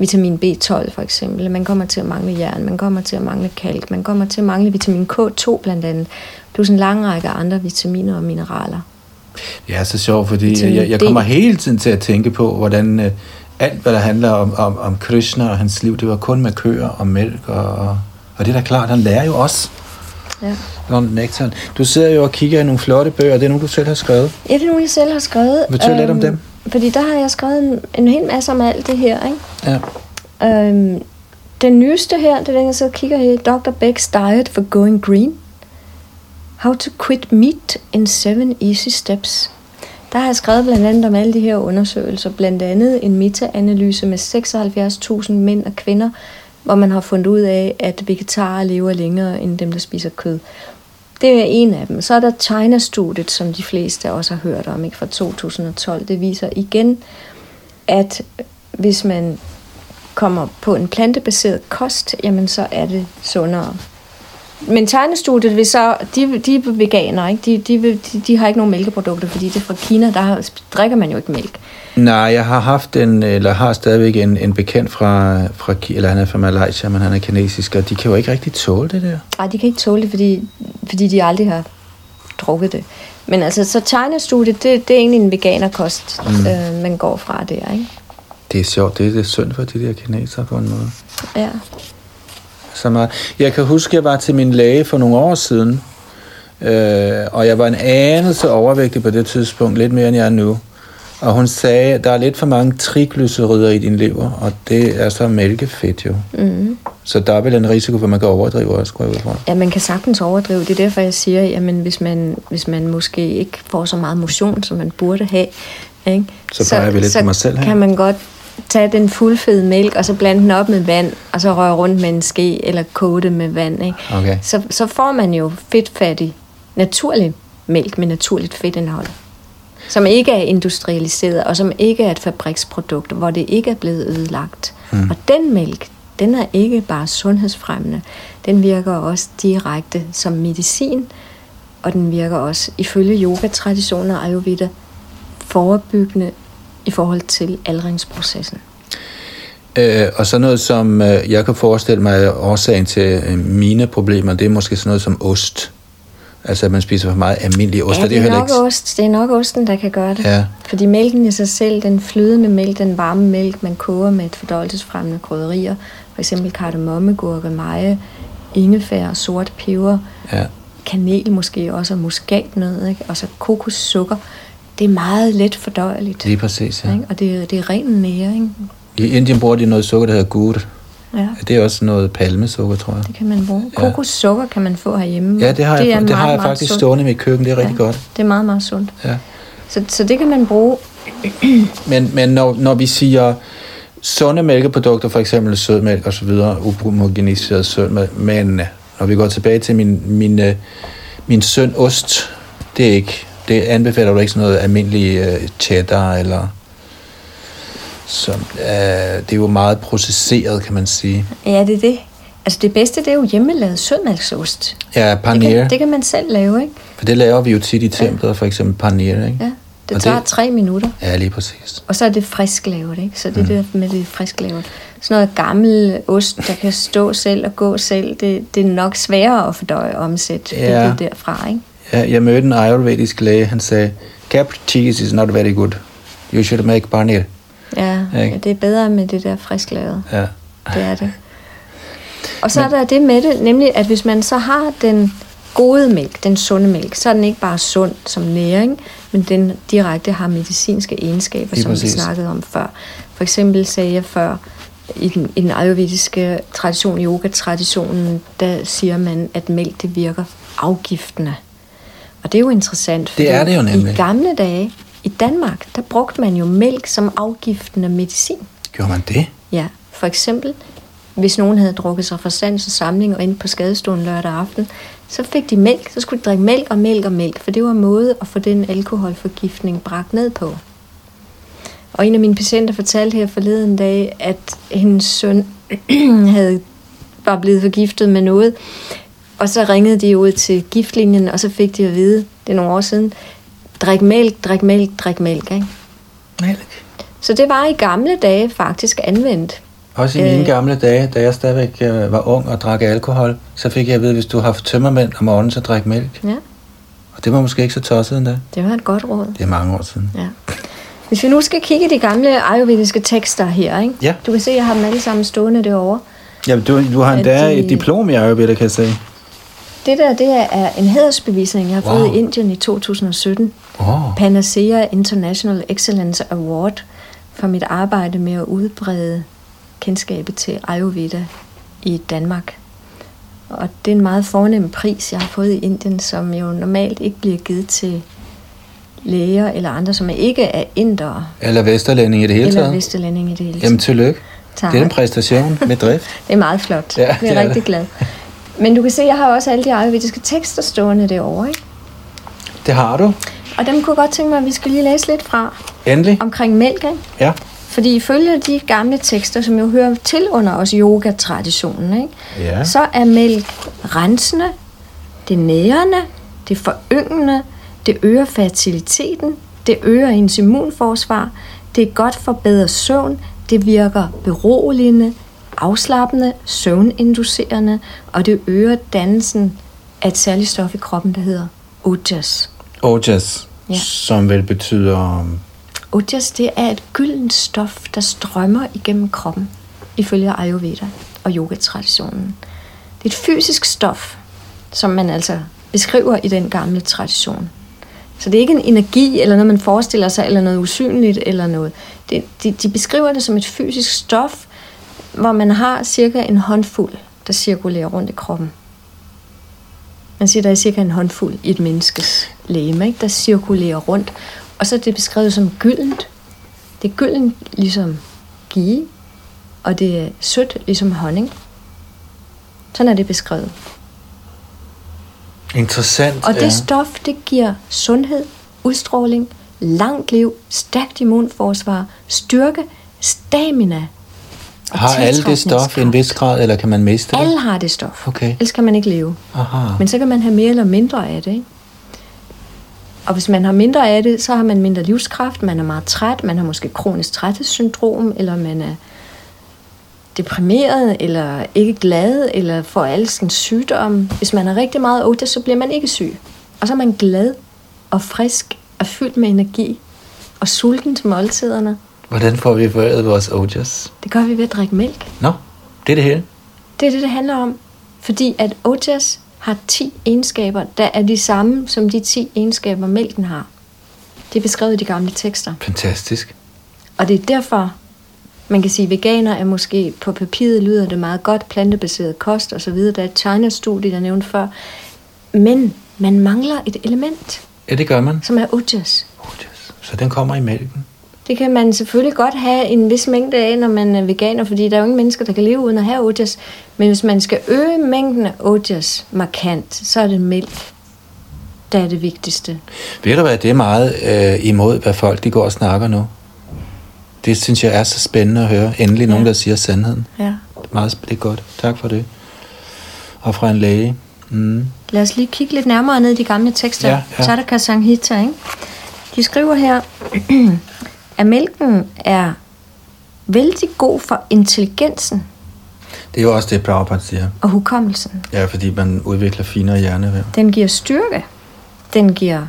vitamin B12 for eksempel. Man kommer til at mangle jern, man kommer til at mangle kalk, man kommer til at mangle vitamin K2 blandt andet, plus en lang række andre vitaminer og mineraler. Det er så sjovt, fordi jeg kommer hele tiden til at tænke på, hvordan alt, hvad der handler om Krishna og hans liv, det var kun med køer og mælk, og det er da klart, han lærer jo også. Ja. Du sidder jo og kigger i nogle flotte bøger, det er nogle, du selv har skrevet. Ja, det er nogle, jeg selv har skrevet. Fortæl lidt om dem. Fordi der har jeg skrevet en hel masse om alt det her, ikke? Ja. Den nyeste her, det er den, jeg sidder og kigger i, Dr. Beck's Diet for Going Green. How to Quit Meat in 7 Easy Steps. Der har jeg skrevet blandt andet om alle de her undersøgelser, blandt andet en meta-analyse med 76.000 mænd og kvinder, hvor man har fundet ud af, at vegetarer lever længere end dem, der spiser kød. Det er en af dem. Så er der China-studiet, som de fleste også har hørt om, ikke, fra 2012. Det viser igen, at hvis man kommer på en plantebaseret kost, jamen så er det sundere. Men China-studiet, de er veganere, ikke? De har ikke nogen mælkeprodukter, fordi det er fra Kina, drikker man jo ikke mælk. Nej, jeg har haft har stadigvæk en bekendt fra eller han er fra Malaysia, men han er kinesisk, og de kan jo ikke rigtig tåle det der. Nej, de kan ikke tåle det, fordi de aldrig har drukket det. Men altså, så China-studiet, det er egentlig en veganerkost, man går fra der, ikke? Det er sjovt, det er synd for de der kinesere på en måde. Ja. Så meget. Jeg kan huske, jeg var til min læge for nogle år siden, og jeg var en anelse overvægtig på det tidspunkt, lidt mere end jeg er nu. Og hun sagde, at der er lidt for mange triglycerider i din lever, og det er så mælkefedt jo. Mm. Så der er vel en risiko for, at man kan overdrive også, går jeg ud fra. Ja, man kan sagtens overdrive. Det er derfor, jeg siger, jamen hvis man måske ikke får så meget motion, som man burde have, ikke? Så plejer vi lidt for mig selv her. Kan man godt tage den fuldfede mælk, og så blande den op med vand, og så røre rundt med en ske, eller koge det med vand, ikke? Okay. Så får man jo fedtfattig, naturlig mælk med naturligt fedtindhold, som ikke er industrialiseret, og som ikke er et fabriksprodukt, hvor det ikke er blevet ødelagt. Og den mælk, den er ikke bare sundhedsfremmende, den virker også direkte som medicin, og den virker også, ifølge yoga-traditioner og Ayurveda, forebyggende i forhold til aldringsprocessen. Og så noget, som jeg kan forestille mig er årsagen til mine problemer, det er måske sådan noget som ost. Altså, at man spiser for meget almindelig ost. Ja, det er nok osten, der kan gøre det. Ja. Fordi mælken i sig selv, den flydende mælk, den varme mælk, man koger med et fordøjelsesfremmende krydderier, for eksempel kardemomme, gurkemeje, ingefær, sort peber, kanel måske også, og muskatnød, ikke? Og så kokossukker. Det er meget let fordøjeligt. Lige præcis, ja. Ikke? Og det er ren næring. I Indien bruger de noget sukker, der hedder gur. Ja. Det er også noget palmesukker, tror jeg. Det kan man bruge. Kokossukker kan man få herhjemme. Ja, det har jeg faktisk stående i mit køkken. Det er rigtig godt. Det er meget, meget sundt. Ja. Så det kan man bruge. Men når vi siger sunde mælkeprodukter, for eksempel sødmælk og så videre, uhomogeniseret sødmælk, men når vi går tilbage til min søn ost, det anbefaler du ikke sådan noget almindelig cheddar eller det er jo meget processeret, kan man sige. Ja, det er det. Altså det bedste, det er jo hjemmelavet sødmælksost. Ja, paneer. Det kan man selv lave, ikke? For det laver vi jo tit i templet, for eksempel paneer, ikke? Ja, det tager 3 minutter. Ja, lige præcis. Og så er det frisk lavet, ikke? Så det er det med det frisk lavet. Sådan noget gammel ost, der kan stå selv og gå selv, det er nok sværere at fordøje og omsætte. Ja. Det er derfra, ikke? Ja, jeg mødte en ayurvedisk læge, han sagde, Capped cheese is not very good. You should make paneer. Ja, det er bedre med det der frisk lavet. Ja. Det er det. Og så er der det med det, nemlig at hvis man så har den gode mælk, den sunde mælk, så er den ikke bare sund som næring, men den direkte har medicinske egenskaber, som vi snakkede om før. For eksempel sagde jeg før, i den ayurvediske tradition, yoga-traditionen, der siger man, at mælk det virker afgiftende. Og det er jo interessant, fordi det er det jo nemlig. I gamle dage i Danmark, der brugte man jo mælk som afgiftende medicin. Gjorde man det? Ja, for eksempel, hvis nogen havde drukket sig fra sans og samling og ind på skadestuen lørdag aften, så fik de mælk, så skulle de drikke mælk og mælk og mælk, for det var en måde at få den alkoholforgiftning bragt ned på. Og en af mine patienter fortalte her forleden dag, at hendes søn var blevet forgiftet med noget, og så ringede de ud til giftlinjen, og så fik de at vide, det er nogle år siden, drik mælk, drik mælk, drik mælk, ikke? Mælk. Så det var i gamle dage faktisk anvendt Også i mine gamle dage, da jeg stadigvæk var ung og drak alkohol, så fik jeg at vide, at hvis du har haft tømmermænd om morgenen, så drik mælk. Ja. Og det var måske ikke så tosset endda. Det var et godt råd. Det er mange år siden. Ja. Hvis vi nu skal kigge i de gamle ayurvediske tekster her, ikke? Ja. Du kan se, at jeg har dem alle sammen stående derovre. Ja, du har endda et diplom i Ayurveda, kan jeg sige. Det er en hædersbevisning, jeg har fået i Indien i 2017. Panacea International Excellence Award for mit arbejde med at udbrede kendskabet til Ayurveda i Danmark. Og det er en meget fornem pris, jeg har fået i Indien, som jo normalt ikke bliver givet til læger eller andre, som ikke er indere. Eller vesterlænding i det hele taget. Eller vesterlænding i det hele taget. Jamen, tillykke. Tak. Det er en præstation med drift. Det er meget flot. Ja, jeg er rigtig glad. Men du kan se, at jeg har også alle de ayurvediske tekster stående derovre, ikke? Det har du. Og dem kunne jeg godt tænke mig, at vi skal lige læse lidt fra. Endelig. Omkring mælk, ikke? Ja. Fordi ifølge de gamle tekster, som jo hører til under os yoga-traditionen, ikke? Ja. Så er mælk rensende, det nærende, det foryngende, det øger fertiliteten, det øger ens immunforsvar, det er godt for bedre søvn, det virker beroligende, afslappende, søvninducerende, og det øger dannelsen af et særligt stof i kroppen, der hedder ojas. Ojas, ja. Som vel betyder... Ojas, det er et gyldent stof, der strømmer igennem kroppen, ifølge Ayurveda og yoga-traditionen. Det er et fysisk stof, som man altså beskriver i den gamle tradition. Så det er ikke en energi, eller noget, man forestiller sig, eller noget usynligt, eller noget. De beskriver det som et fysisk stof, hvor man har cirka en håndfuld, der cirkulerer rundt i kroppen. Man siger, der er cirka en håndfuld i et menneskes legeme, ikke? Der cirkulerer rundt. Og så er det beskrevet som gyldent. Det er gyldent ligesom ghee, og det er sødt ligesom honning. Sådan er det beskrevet. Interessant. Og det stof, det giver sundhed, udstråling, langt liv, stærkt immunforsvar, styrke, stamina. Har alle det stof i en vis grad, eller kan man miste det? Alle har det stof. Okay. Ellers kan man ikke leve. Aha. Men så kan man have mere eller mindre af det, ikke? Og hvis man har mindre af det, så har man mindre livskraft, man er meget træt, man har måske kronisk træthedssyndrom, eller man er deprimeret, eller ikke glad, eller får alskens sygdomme. Hvis man har rigtig meget ojas, så bliver man ikke syg. Og så er man glad og frisk og fyldt med energi og sulten til måltiderne. Hvordan får vi foræret vores ojas? Det gør vi ved at drikke mælk. Nå, det er det hele. Det er det handler om. Fordi at ojas har 10 egenskaber, der er de samme som de 10 egenskaber, mælken har. Det er beskrevet i de gamle tekster. Fantastisk. Og det er derfor, man kan sige, at veganer er måske på papiret lyder det meget godt, plantebaseret kost osv. Der er et China-studie, der nævnte før. Men man mangler et element. Ja, det gør man. Som er ojas. Så den kommer i mælken. Det kan man selvfølgelig godt have en vis mængde af, når man er veganer, fordi der er jo ingen mennesker, der kan leve uden at have ojas. Men hvis man skal øge mængden af ojas markant, så er det mælk, der er det vigtigste. Ved du hvad, det er meget imod, hvad folk de går og snakker nu. Det synes jeg er så spændende at høre. Endelig nogen, der siger sandheden. Ja. Det er godt. Tak for det. Og fra en læge. Lad os lige kigge lidt nærmere ned i de gamle tekster. Ja. Charaka Samhita, ikke? De skriver her, at mælken er vældig god for intelligensen. Det er jo også det, Prabhupada siger. Og hukommelsen. Ja, fordi man udvikler finere hjernevæv. Den giver styrke. Den giver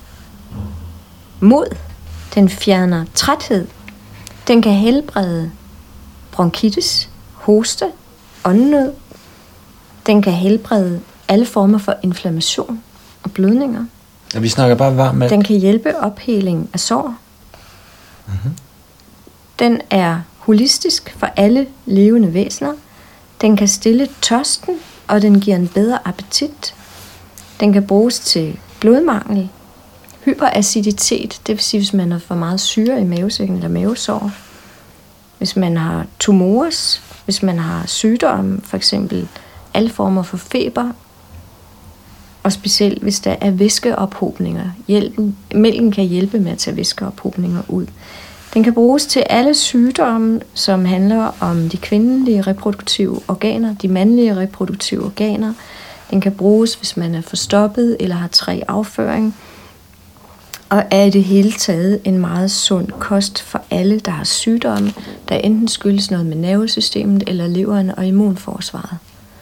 mod. Den fjerner træthed. Den kan helbrede bronkitis, hoste, åndenød. Den kan helbrede alle former for inflammation og blødninger. Ja, vi snakker bare varm mælk. Den kan hjælpe opheling af sår. Mm-hmm. Den er holistisk for alle levende væsener. Den kan stille tørsten, og den giver en bedre appetit. Den kan bruges til blodmangel, hyperaciditet, det vil sige, hvis man har for meget syre i mavesækken eller mavesår. Hvis man har tumores, hvis man har sygdomme, for eksempel alle former for feber, og specielt hvis der er væskeophobninger. Mælken kan hjælpe med at tage væskeophobninger ud. Den kan bruges til alle sygdomme, som handler om de kvindelige reproduktive organer, de mandlige reproduktive organer. Den kan bruges, hvis man er forstoppet eller har træg afføring. Og er i det hele taget en meget sund kost for alle, der har sygdomme, der enten skyldes noget med nervesystemet eller leveren og immunforsvaret.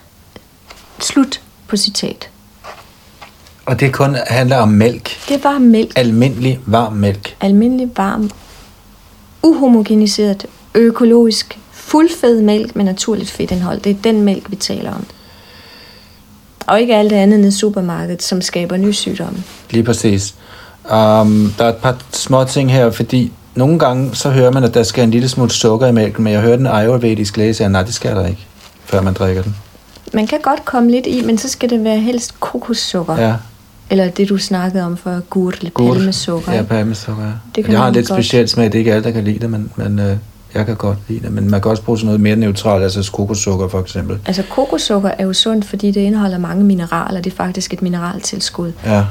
Slut på citat. Og det kun handler om mælk? Det er bare mælk. Almindelig varm mælk? Almindelig varm, uhomogeniseret, økologisk, fuldfed mælk med naturligt fedtindhold. Det er den mælk, vi taler om. Og ikke alt det andet nede i supermarkedet, som skaber nye sygdomme. Lige præcis. Der er et par små ting her, fordi nogle gange så hører man, at der skal en lille smule sukker i mælken, men jeg hørte en ayurvedisk læge sige, at nej, det skal der ikke, før man drikker den. Man kan godt komme lidt i, men så skal det være helst kokossukker. Ja. Eller det, du snakkede om for gur, eller palmesukker. Ja, palmesukker, ja. Det har en lidt speciel smag, det er ikke alle, der kan lide det, men jeg kan godt lide det. Men man kan også bruge sådan noget mere neutralt, altså kokossukker for eksempel. Altså kokossukker er jo sundt, fordi det indeholder mange mineraler. Det er faktisk et mineraltilskud. Ja.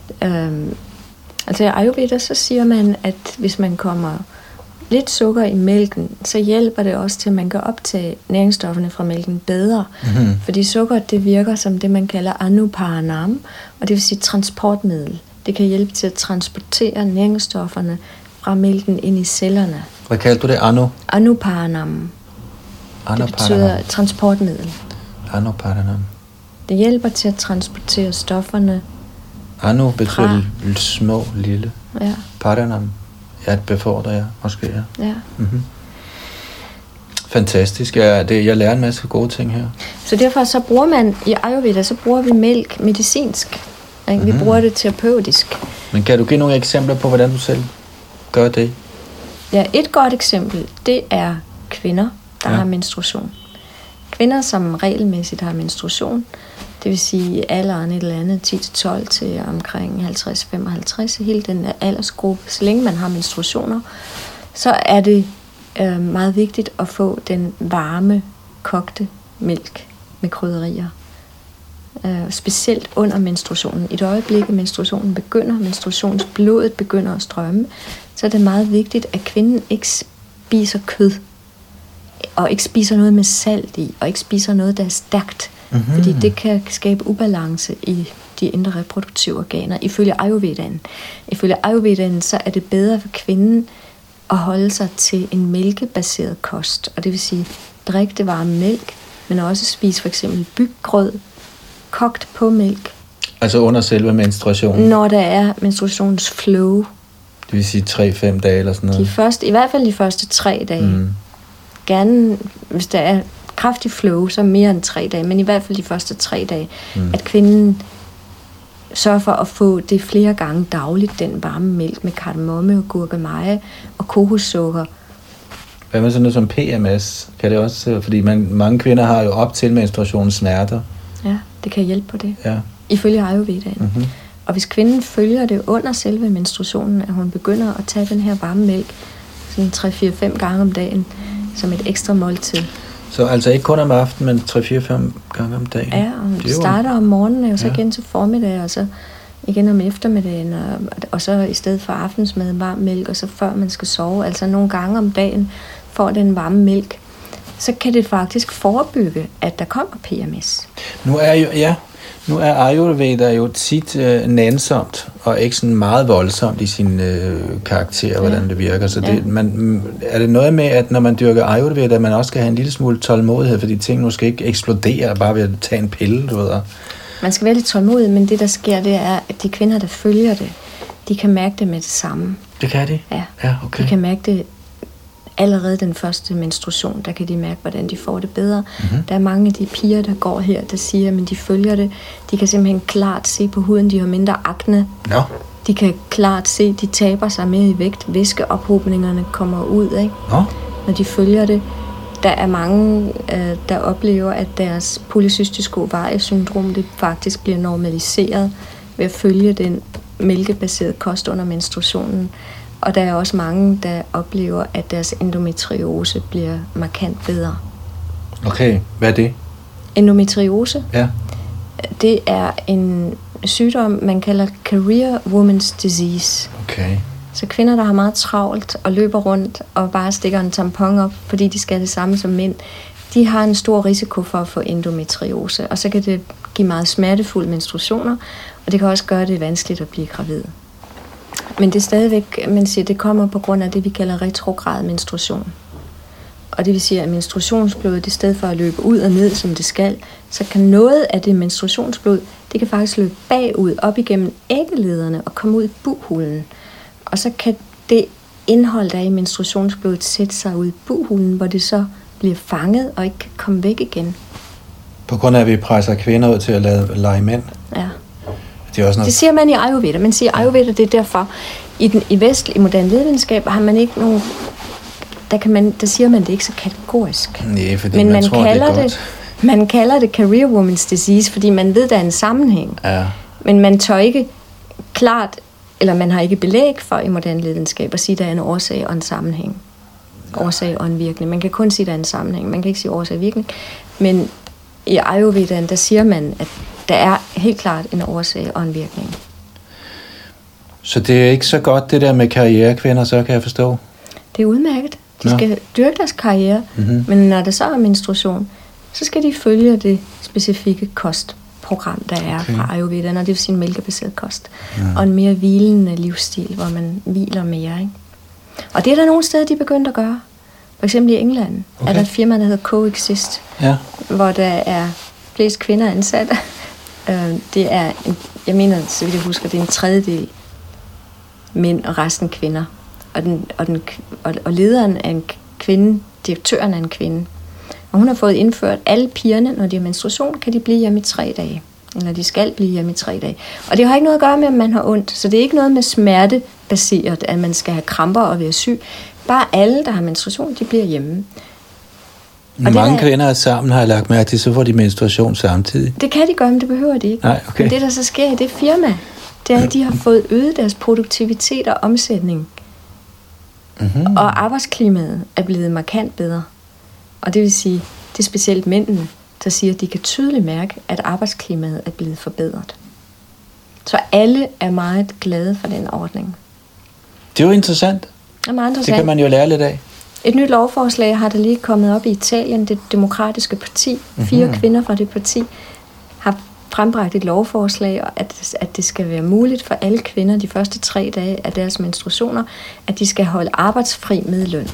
Altså i Ayurveda, så siger man, at hvis man kommer lidt sukker i mælken, så hjælper det også til, at man kan optage næringsstofferne fra mælken bedre. Mm-hmm. Fordi sukker, det virker som det, man kalder anuparanam, og det vil sige transportmiddel. Det kan hjælpe til at transportere næringsstofferne fra mælken ind i cellerne. Hvad kaldte du det? Anuparanam. Det betyder transportmiddel. Anuparanam. Det hjælper til at transportere stofferne. Anu betyder små, lille. Ja. Paranam. Ja, befordrer jeg, måske, ja. Ja. Mm-hmm. Fantastisk. Jeg lærer en masse gode ting her. Så derfor så bruger man, i Ayurveda, så bruger vi mælk medicinsk. Mm-hmm. Vi bruger det terapeutisk. Men kan du give nogle eksempler på, hvordan du selv gør det? Ja, et godt eksempel, det er kvinder, der har menstruation. Kvinder, som regelmæssigt har menstruation, det vil sige i alderen et eller andet 10-12 til omkring 50-55, hele den aldersgruppe, så længe man har menstruationer, så er det meget vigtigt at få den varme, kogte mælk med krydderier. Specielt under menstruationen. I det øjeblik, at menstruationen begynder, menstruationsblodet begynder at strømme, så er det meget vigtigt, at kvinden ikke spiser kød, og ikke spiser noget med salt i, og ikke spiser noget, der er stærkt. Mm-hmm. Fordi det kan skabe ubalance i de indre reproduktive organer. Ifølge Ayurvedaen, så er det bedre for kvinden at holde sig til en mælkebaseret kost. Og det vil sige, drikke det varme mælk, men også spise for eksempel byggrød, kogt på mælk. Altså under selve menstruationen? Når der er menstruationsflow. Det vil sige 3-5 dage eller sådan noget? I hvert fald de første 3 dage. Mm. Gerne, hvis der er kraftig flow, så mere end 3 dage, men i hvert fald de første 3 dage, at kvinden sørger for at få det flere gange dagligt, den varme mælk med kardemomme og gurkemeje og kokossukker. Hvad med sådan noget som PMS? Kan det også, fordi mange kvinder har jo op til menstruationen smerter. Ja, det kan hjælpe på det. Ja. Ifølge Ayurvedaen. Mm-hmm. Og hvis kvinden følger det under selve menstruationen, at hun begynder at tage den her varme mælk sådan 3-4-5 gange om dagen, som et ekstra måltid. Så altså ikke kun om aftenen, men 3-4-5 gange om dagen? Ja, og det starter om morgenen, og så igen til formiddag, og så igen om eftermiddagen, og så i stedet for aftensmad varm mælk, og så før man skal sove, altså nogle gange om dagen får den varme mælk, så kan det faktisk forebygge, at der kommer PMS. Nu er Ayurveda jo tit nænsomt, og ikke sådan meget voldsomt i sin karakter, hvordan det virker. Så er det noget med, at når man dyrker Ayurveda, man også skal have en lille smule tålmodighed, fordi ting nu skal ikke eksplodere bare ved at tage en pille, du ved. Man skal være lidt tålmodig, men det der sker, det er, at de kvinder, der følger det, de kan mærke det med det samme. Det kan de? Ja, okay. De kan mærke det allerede den første menstruation, der kan de mærke, hvordan de får det bedre. Mm-hmm. Der er mange af de piger, der går her, der siger, men de følger det. De kan simpelthen klart se på huden, de har mindre akne. No. De kan klart se, de taber sig mere i vægt. Væskeophobningerne kommer ud, ikke? No. Når de følger det. Der er mange, der oplever, at deres polycystiske ovariesyndrom, det faktisk bliver normaliseret ved at følge den mælkebaserede kost under menstruationen. Og der er også mange, der oplever, at deres endometriose bliver markant bedre. Okay, hvad er det? Endometriose? Ja. Det er en sygdom, man kalder career woman's disease. Okay. Så kvinder, der har meget travlt og løber rundt og bare stikker en tampon op, fordi de skal det samme som mænd, de har en stor risiko for at få endometriose. Og så kan det give meget smertefulde menstruationer, og det kan også gøre det vanskeligt at blive gravid. Men det er stadigvæk, man siger, det kommer på grund af det, vi kalder retrograd menstruation. Og det vil sige, at menstruationsblodet, i stedet for at løbe ud og ned, som det skal, så kan noget af det menstruationsblod, det kan faktisk løbe bagud, op igennem æggelederne og komme ud i bughulen. Og så kan det indhold, der er i menstruationsblodet, sætte sig ud i bughulen, hvor det så bliver fanget og ikke kan komme væk igen. På grund af, at vi presser kvinder ud til at lege mænd? Ja. Det er også noget... Det siger man i Ayurveda. Man siger Ayurveda, det er derfor. I vestlig, i moderne lægevidenskab, har man ikke nogen... Der siger man det ikke så kategorisk. Nej, fordi men man tror, det er godt. Man kalder det career woman's disease, fordi man ved, der er en sammenhæng. Ja. Men man tør ikke klart, eller man har ikke belæg for i moderne lægevidenskab at sige, at der er en årsag og en sammenhæng. Årsag og en virkning. Man kan kun sige, at der er en sammenhæng. Man kan ikke sige årsag og virkning. Men i Ayurvedaen, der siger man, at der er helt klart en årsag og en virkning. Så det er ikke så godt, det der med karrierekvinder, så kan jeg forstå? Det er udmærket. De skal dyrke deres karriere, men når der så er menstruation, så skal de følge det specifikke kostprogram, der er fra Ayurveda, og det vil sige en mælkebaseret kost, og en mere hvilende livsstil, hvor man hviler mere. Ikke? Og det er der nogle steder, de er begyndt at gøre. For eksempel i England er der et firma, der hedder Coexist, hvor der er flest kvinder ansatte. Det er, jeg så vidt jeg husker, det er en tredjedel mænd og resten kvinder. Og lederen er en kvinde, direktøren er en kvinde. Og hun har fået indført, alle pigerne, når de har menstruation, kan de blive hjemme i 3 dage. Eller de skal blive hjemme i 3 dage. Og det har ikke noget at gøre med, at man har ondt. Så det er ikke noget med smertebaseret, at man skal have kramper og være syg. Bare alle, der har menstruation, de bliver hjemme. Og mange kvinder er sammen, har jeg lagt mærke til, så får de menstruation samtidig. Det kan de gøre, men det behøver de ikke. Nej, okay. Men det, der så sker i det firma, det er, at de har fået øget deres produktivitet og omsætning. Mm-hmm. Og arbejdsklimaet er blevet markant bedre. Og det vil sige, det er specielt mændene, der siger, at de kan tydeligt mærke, at arbejdsklimaet er blevet forbedret. Så alle er meget glade for den ordning. Det er jo interessant. Det er meget interessant. Det kan man jo lære lidt af. Et nyt lovforslag har der lige kommet op i Italien, det demokratiske parti. 4 kvinder fra det parti har frembragt et lovforslag, at det skal være muligt for alle kvinder de første 3 dage af deres menstruationer, at de skal holde arbejdsfri med løn.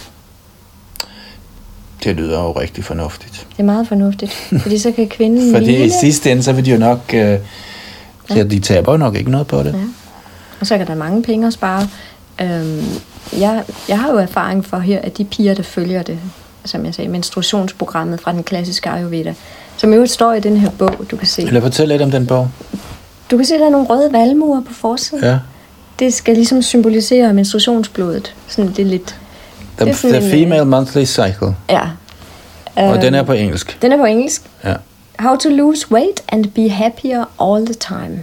Det lyder jo rigtig fornuftigt. Det er meget fornuftigt, fordi så kan kvinden fordi i sidste ende, så vil de jo nok... de taber jo nok ikke noget på det. Ja. Og så kan der mange penge at spare. Jeg har jo erfaring for her, at de piger, der følger det, som jeg sagde, menstruationsprogrammet fra den klassiske Ayurveda, som jo står i den her bog, du kan se. Eller fortæl lidt om den bog. Du kan se, der er nogle røde valmuer på forsiden. Ja. Det skal ligesom symbolisere menstruationsblodet. Sådan det er lidt... The Female Monthly Cycle. Ja. Og den er på engelsk. Den er på engelsk. Ja. How to lose weight and be happier all the time.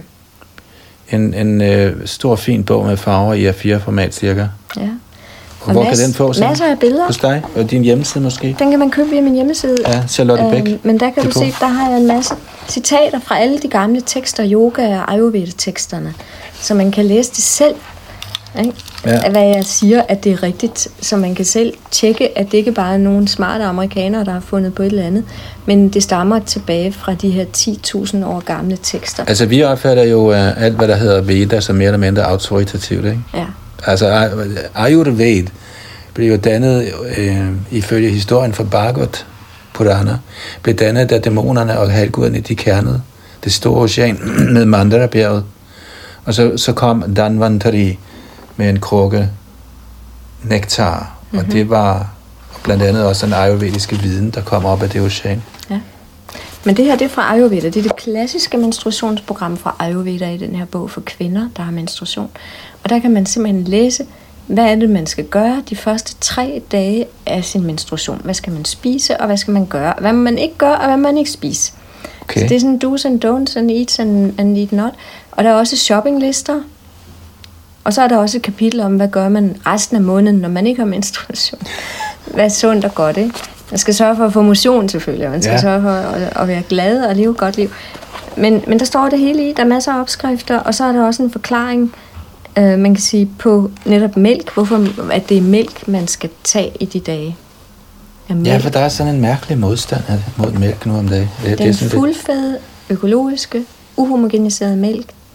En stor, fin bog med farver i A4-format cirka. Ja. Og hvor kan den få? Masser af billeder. Hos dig? Og din hjemmeside måske? Den kan man købe via min hjemmeside. Ja, Charlotte Bæk. Men der kan du se, der har jeg en masse citater fra alle de gamle tekster, yoga- og Ayurveda-teksterne, så man kan læse det selv. Ikke? Ja. Hvad jeg siger, at det er rigtigt, så man kan selv tjekke, at det ikke bare er nogle smarte amerikanere, der har fundet på et eller andet, men det stammer tilbage fra de her 10.000 år gamle tekster. Altså vi opfatter jo alt, hvad der hedder Veda, som mere eller mindre autoritativt, ikke? Ja. Altså Ayurveda blev jo dannet, ifølge historien fra Bhagavad Purana, blev dannet, da dæmonerne og halvguderne, de kernede det store ocean med Mandara-bjerget. Og så kom Dhanvantari med en krukke nektar, og det var blandt andet også den ayurvediske viden, der kom op af det ocean. Ja. Men det her, det er fra Ayurveda. Det er det klassiske menstruationsprogram fra Ayurveda i den her bog for kvinder, der har menstruation. Og der kan man simpelthen læse, hvad er det, man skal gøre de første 3 dage af sin menstruation. Hvad skal man spise, og hvad skal man gøre? Hvad må man ikke gøre, og hvad må man ikke spise? Okay. Så det er sådan do's and don'ts and eats and eat not. Og der er også shoppinglister. Og så er der også et kapitel om, hvad gør man resten af måneden, når man ikke har menstruation. Hvad er sundt og godt, ikke? Man skal sørge for at få motion selvfølgelig, man skal sørge for at være glad og leve et godt liv. Men der står det hele i, der er masser af opskrifter, og så er der også en forklaring, man kan sige, på netop mælk, hvorfor at det er mælk, man skal tage i de dage. Ja, for der er sådan en mærkelig modstand mod mælk nu om dagen. Den fuldfæde, økologiske, uhomogeniserede mælk,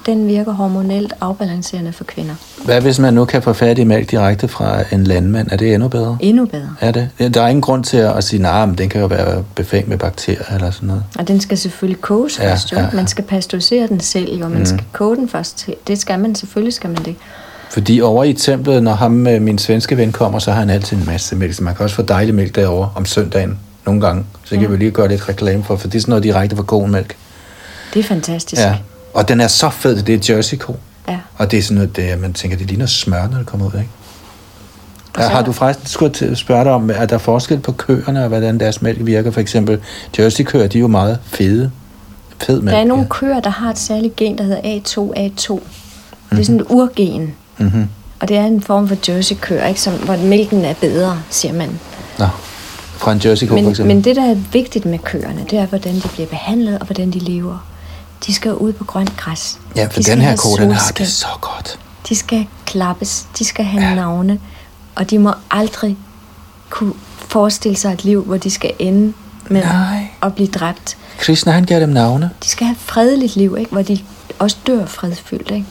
den virker hormonelt afbalancerende for kvinder. Hvad hvis man nu kan få fat i mælk direkte fra en landmand? Er det endnu bedre? Endnu bedre. Er det? Der er ingen grund til at sige, nej, men den kan jo være befængt med bakterier eller sådan noget. Og den skal selvfølgelig koges først. Ja. Man skal pasteurisere den selv, og man skal koge den først. Det skal man, selvfølgelig skal man det. Fordi over i templet, når min svenske ven kommer, så har han altid en masse mælk. Så man kan også få dejlig mælk derovre om søndagen nogle gange. Så kan vi lige gøre lidt reklame for det er sådan noget direkte fra koen-mælk. Det er fantastisk. Ja. Og den er så fed, det er Jersey-ko. Ja. Og det er sådan noget, man tænker, det ligner smør, når det kommer ud, ikke? Ja, har du forresten skulle spørge dig om, er der forskel på køerne, og hvordan deres mælk virker? For eksempel Jersey-køer, de er jo meget fed mælk. Der er nogle køer, der har et særligt gen, der hedder A2A2. Det er sådan et urgen. Mm-hmm. Og det er en form for Jersey-køer, ikke? Hvor mælken er bedre, siger man. Nå, fra en Jersey-ko for eksempel. Men det, der er vigtigt med køerne, det er, hvordan de bliver behandlet, og hvordan de lever. De skal ud på grønt græs. Ja, for den her ko, den har det så godt. De skal klappes, de skal have navne, og de må aldrig kunne forestille sig et liv, hvor de skal ende med at blive dræbt. Krishna, han gav dem navne. De skal have et fredeligt liv, ikke? Hvor de også dør fredfyldt, ikke?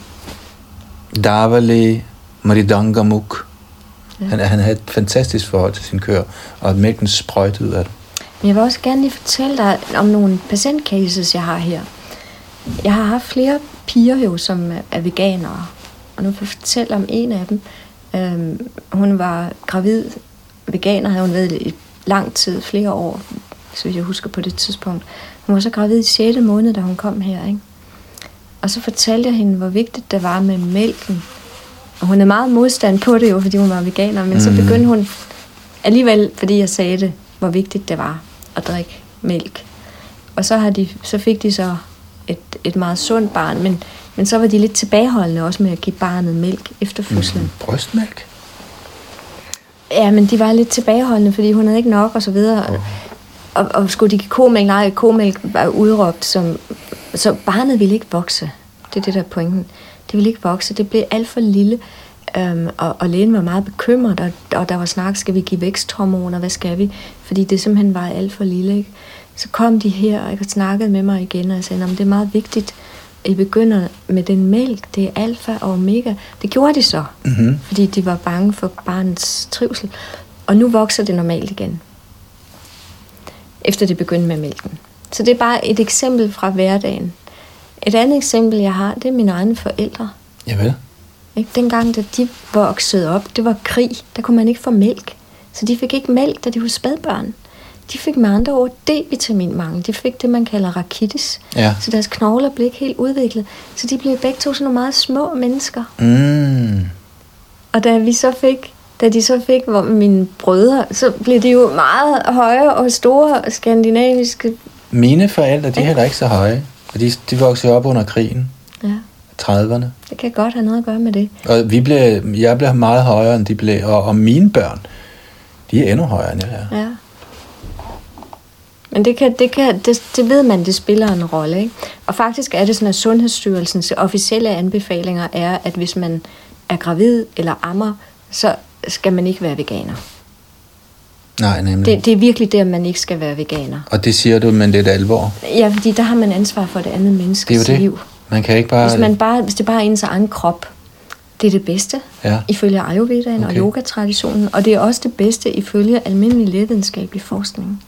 Davali Maridangamuk. Ja. Han havde et fantastisk forhold til sin køer, og mælken sprøjtede ud af det. Men jeg vil også gerne lige fortælle dig om nogle patientcases, jeg har her. Jeg har haft flere piger jo, som er veganere, og nu vil jeg fortælle om en af dem. Hun var gravid veganer, havde hun været i lang tid, flere år, så jeg husker på det tidspunkt. Hun var så gravid i 6. måned, da hun kom her, ikke? Og så fortalte jeg hende, hvor vigtigt det var med mælken. Og hun er meget modstand på det jo, fordi hun var veganer, men så begyndte hun alligevel, fordi jeg sagde det, hvor vigtigt det var at drikke mælk. Og så fik de så et meget sundt barn, men så var de lidt tilbageholdende også med at give barnet mælk efter fødslen. Brystmælk? Ja, men de var lidt tilbageholdende, fordi hun havde ikke nok og så videre. Og skulle de give komælk? Nej, komælk var udråbt som... Så barnet ville ikke vokse. Det er det der pointen. Det ville ikke vokse. Det blev alt for lille. Og lægen var meget bekymret, og der var snak, skal vi give væksthormoner? Hvad skal vi? Fordi det simpelthen var alt for lille, ikke? Så kom de her, og jeg snakkede med mig igen, og jeg sagde, det er meget vigtigt, at I begynder med den mælk. Det er alfa og omega. Det gjorde de så, fordi de var bange for barnets trivsel. Og nu vokser det normalt igen, efter det begyndte med mælken. Så det er bare et eksempel fra hverdagen. Et andet eksempel, jeg har, det er mine egne forældre. Javel. Ikke? Dengang, da de voksede op, det var krig, der kunne man ikke få mælk. Så de fik ikke mælk, da de var spædbørn. De fik med andre ord D-vitaminmangel. De fik det, man kalder rakitis. Ja. Så deres knogler blev ikke helt udviklet. Så de blev begge to sådan nogle meget små mennesker. Og da de så fik mine brødre, så blev de jo meget høje og store skandinaviske. Mine forældre, de er heller ikke så høje. Og de voksede op under krigen. Ja. 30'erne. Det kan godt have noget at gøre med det. Og jeg blev meget højere, end de blev. Og mine børn, de er endnu højere, end jeg er. Ja. Men det ved man, det spiller en rolle, ikke? Og faktisk er det sådan, at Sundhedsstyrelsens officielle anbefalinger er, at hvis man er gravid eller ammer, så skal man ikke være veganer. Nej, nemlig. Det er virkelig der, man ikke skal være veganer. Og det siger du med lidt alvor? Ja, fordi der har man ansvar for det andet menneskes liv. Man kan ikke bare... Hvis det bare er ens egen krop, det er det bedste, ifølge Ayurvedaen og yogatraditionen, og det er også det bedste ifølge almindelig lægevidenskabelig forskning.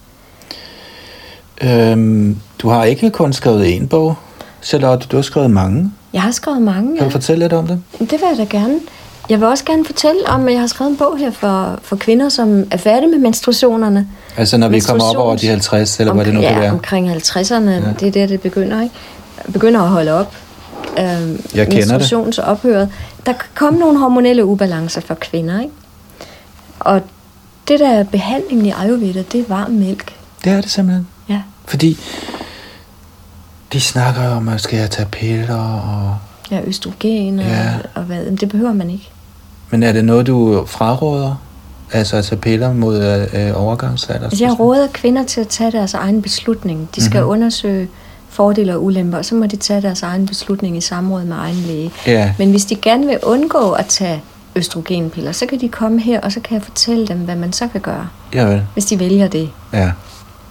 Du har ikke kun skrevet en bog, Charlotte, du har skrevet mange. Jeg har skrevet mange, Kan du fortælle lidt om det? Det vil jeg da gerne. Jeg vil også gerne fortælle om, at jeg har skrevet en bog her for kvinder, som er færdige med menstruationerne. Altså når vi kommer op over de 50, eller hvad det nu kan være? Ja, omkring 50'erne, det er der, det begynder, ikke? Begynder at holde op. Menstruationsophøret. Der kan komme nogle hormonelle ubalancer for kvinder, ikke? Og det der behandlingen i Ayurveda, det er varm mælk. Det er det simpelthen? Ja. Fordi de snakker jo om, at skal jeg tage piller og... Ja, østrogen og hvad. Men det behøver man ikke. Men er det noget, du fraråder? Altså at tage piller mod overgangsalder? Altså, jeg råder kvinder til at tage deres egen beslutning. De skal undersøge fordele og ulemper, og så må de tage deres egen beslutning i samråd med egen læge. Ja. Men hvis de gerne vil undgå at tage østrogenpiller, så kan de komme her, og så kan jeg fortælle dem, hvad man så kan gøre. Javel. Hvis de vælger det. Ja.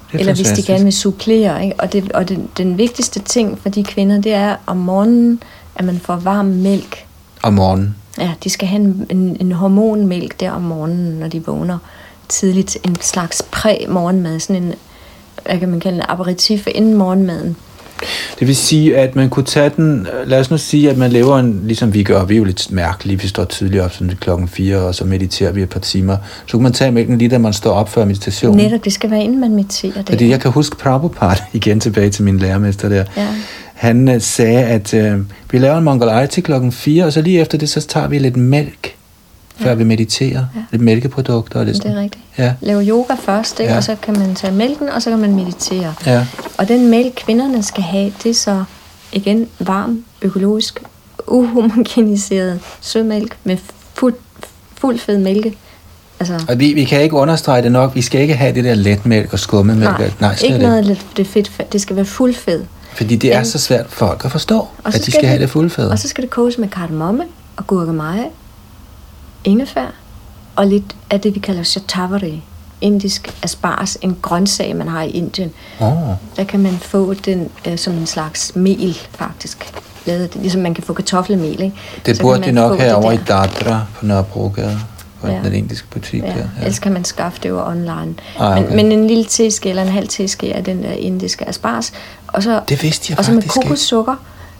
Eller hvis de gerne vil supplere. Ikke? Og den vigtigste ting for de kvinder, det er om morgenen, at man får varm mælk. Om morgenen? Ja, de skal have en hormonmælk der om morgenen, når de vågner tidligt. En slags præ-morgenmad, sådan en, hvad kan man kalde en aperitif inden morgenmaden. Det vil sige, at man kunne tage den, lad os nu sige, at man lever ligesom vi gør, vi er jo lidt mærkelige, vi står tidligt op sådan 4:00, og så mediterer vi et par timer. Så kunne man tage mælken lige da man står op før meditationen. Netop, det skal være inden man mediterer. Fordi jeg kan huske Prabhupada, igen tilbage til min lærermester der. Ja. Han sagde, at vi laver en Mongol Arati 4:00, og så lige efter det, så tager vi lidt mælk, før vi mediterer. Ja. Lidt mælkeprodukter. Og lidt det er rigtigt. Ja. Lave yoga først, ikke? Ja. Og så kan man tage mælken, og så kan man meditere. Ja. Og den mælk, kvinderne skal have, det er så igen varm, økologisk, uhomogeniseret sødmælk med fuld fed mælke. Altså, og vi kan ikke understrege det nok. Vi skal ikke have det der letmælk og skummemælk. Nej, ikke noget lidt fedt. Det skal være fuldfed. Fordi det er så svært for folk at forstå, at de skal have det fuldfed. Og så skal det koges med kardemomme og gurkemeje, ingefær og lidt af det, vi kalder shatavari, indisk asparges, en grøntsag, man har i Indien. Der kan man få den som en slags mel, faktisk. Lavet, ligesom man kan få kartoffelmel, ikke? Det burde de nok have over i Dadra på Nørrebrogade, på den indiske butik. Ja. Der. Ja. Ellers kan man skaffe det jo online. Okay. Men en lille teske eller en halv teske af den der indiske asparges. Og så, det vidste jeg og så faktisk med kokossukker.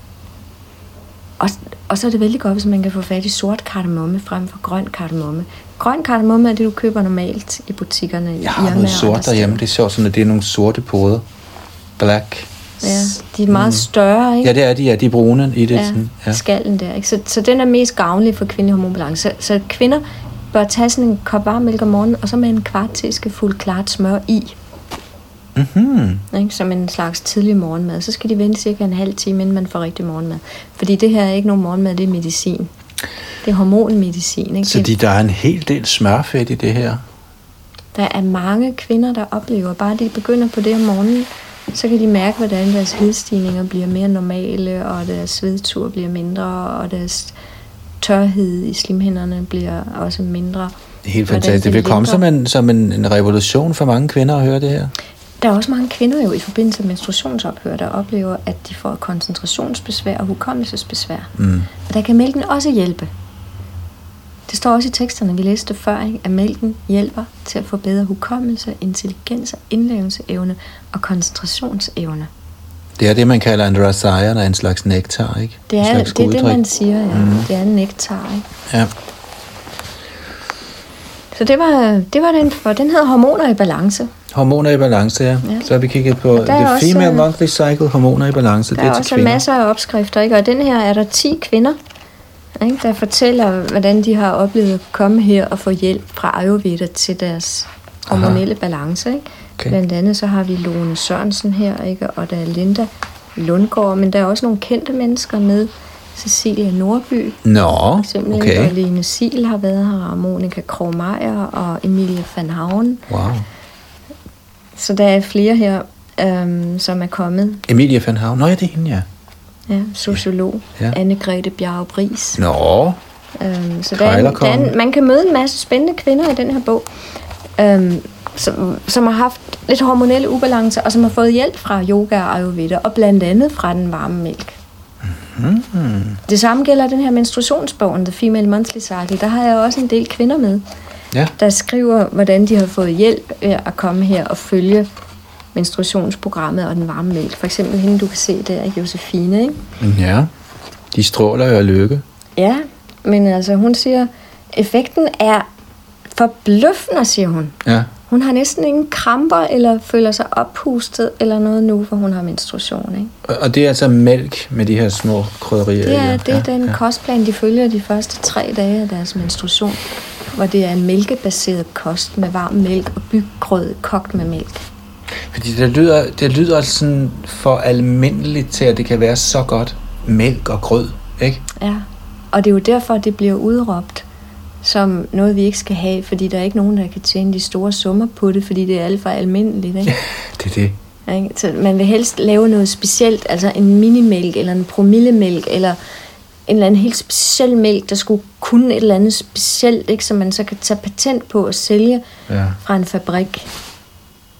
Og så er det vældig godt, hvis man kan få fat i sort kardemomme frem for grøn kardemomme. Grøn kardemomme er det, du køber normalt i butikkerne. Jeg har noget sort derhjemme. Det er sjovt, sådan, at det er nogle sorte poder. Black. Ja, de er meget større, ikke? Ja, det er de. Ja, de er brune i det. Ja, sådan, skallen der. Ikke? Så den er mest gavnlig for kvindelig hormonbalance. Så kvinder bør tage sådan en kop varm mælk om morgenen, og så med en kvart teskefuld klart smør i. Ikke? Som en slags tidlig morgenmad. Så skal de vente cirka en halv time, inden man får rigtig morgenmad. Fordi det her er ikke nogen morgenmad, det er medicin. Det er hormonmedicin. Ikke? Så der er en hel del smørfedt i det her? Der er mange kvinder, der oplever, bare de begynder på det om morgenen, så kan de mærke, hvordan deres hedstigninger bliver mere normale, og deres svedtur bliver mindre, og deres tørhed i slimhinderne bliver også mindre. Helt fantastisk. Det vil komme som en revolution for mange kvinder at høre det her. Der er også mange kvinder jo i forbindelse med menstruationsophør, der oplever, at de får koncentrationsbesvær og hukommelsesbesvær. Og der kan mælken også hjælpe. Det står også i teksterne, vi læste før, ikke? At mælken hjælper til at få bedre hukommelse, intelligens, indlevelsesevne og koncentrationsevne. Det er det, man kalder en rasayana, en slags nektar, ikke? Det er det, man siger, ja. Det er en nektar, ikke? Ja. Så det var den, for den hedder Hormoner i balance. Hormoner i balance, ja. Så har vi kigget på The Female Monthly Cycle, Hormoner i balance. Der er også masser af opskrifter, ikke? Og den her er der 10 kvinder, ikke, der fortæller, hvordan de har oplevet at komme her og få hjælp fra Ayurveda til deres hormonelle balance. Ikke? Okay. Blandt andet så har vi Lone Sørensen her, ikke? Og der er Linda Lundgaard, men der er også nogle kendte mennesker med. Cecilia Nordby. Nå, okay. Og Lene Siel har været her, og Monika Krogh-Meyer og Emilie van Havn. Wow. Så der er flere her, som er kommet. Emilie van Havn? Nå ja, det er hende, ja. Ja, sociolog. Ja. Anne-Grethe Bjerre-Bris. Nå. Så man kan møde en masse spændende kvinder i den her bog, som har haft lidt hormonelle ubalancer, og som har fået hjælp fra yoga og ayurveda, og blandt andet fra den varme mælk. Det samme gælder den her menstruationsbogen, The Female Monthly Cycle. Der har jeg også en del kvinder med, der skriver, hvordan de har fået hjælp ved at komme her og følge menstruationsprogrammet og den varme mælk. For eksempel hende, du kan se der, Josefine, ikke? Ja, de stråler jo af lykke. Ja, men altså hun siger, effekten er forbløffende, siger hun. Ja. Hun har næsten ingen kramper, eller føler sig oppustet, eller noget nu, for hun har menstruation, ikke? Og det er altså mælk med de her små krydderier? Det er den kostplan, de følger de første 3 dage af deres menstruation, hvor det er en mælkebaseret kost med varm mælk og byggrød kogt med mælk. Fordi det lyder sådan for almindeligt til, at det kan være så godt mælk og grød, ikke? Ja, og det er jo derfor, det bliver udråbt som noget, vi ikke skal have, fordi der er ikke nogen, der kan tjene de store summer på det, fordi det er alt for almindeligt, ikke? Det er det. Ikke? Så man vil helst lave noget specielt, altså en minimælk, eller en promillemælk, eller en eller anden helt speciel mælk, der skulle kunne et eller andet specielt, ikke? Så man så kan tage patent på at sælge fra en fabrik.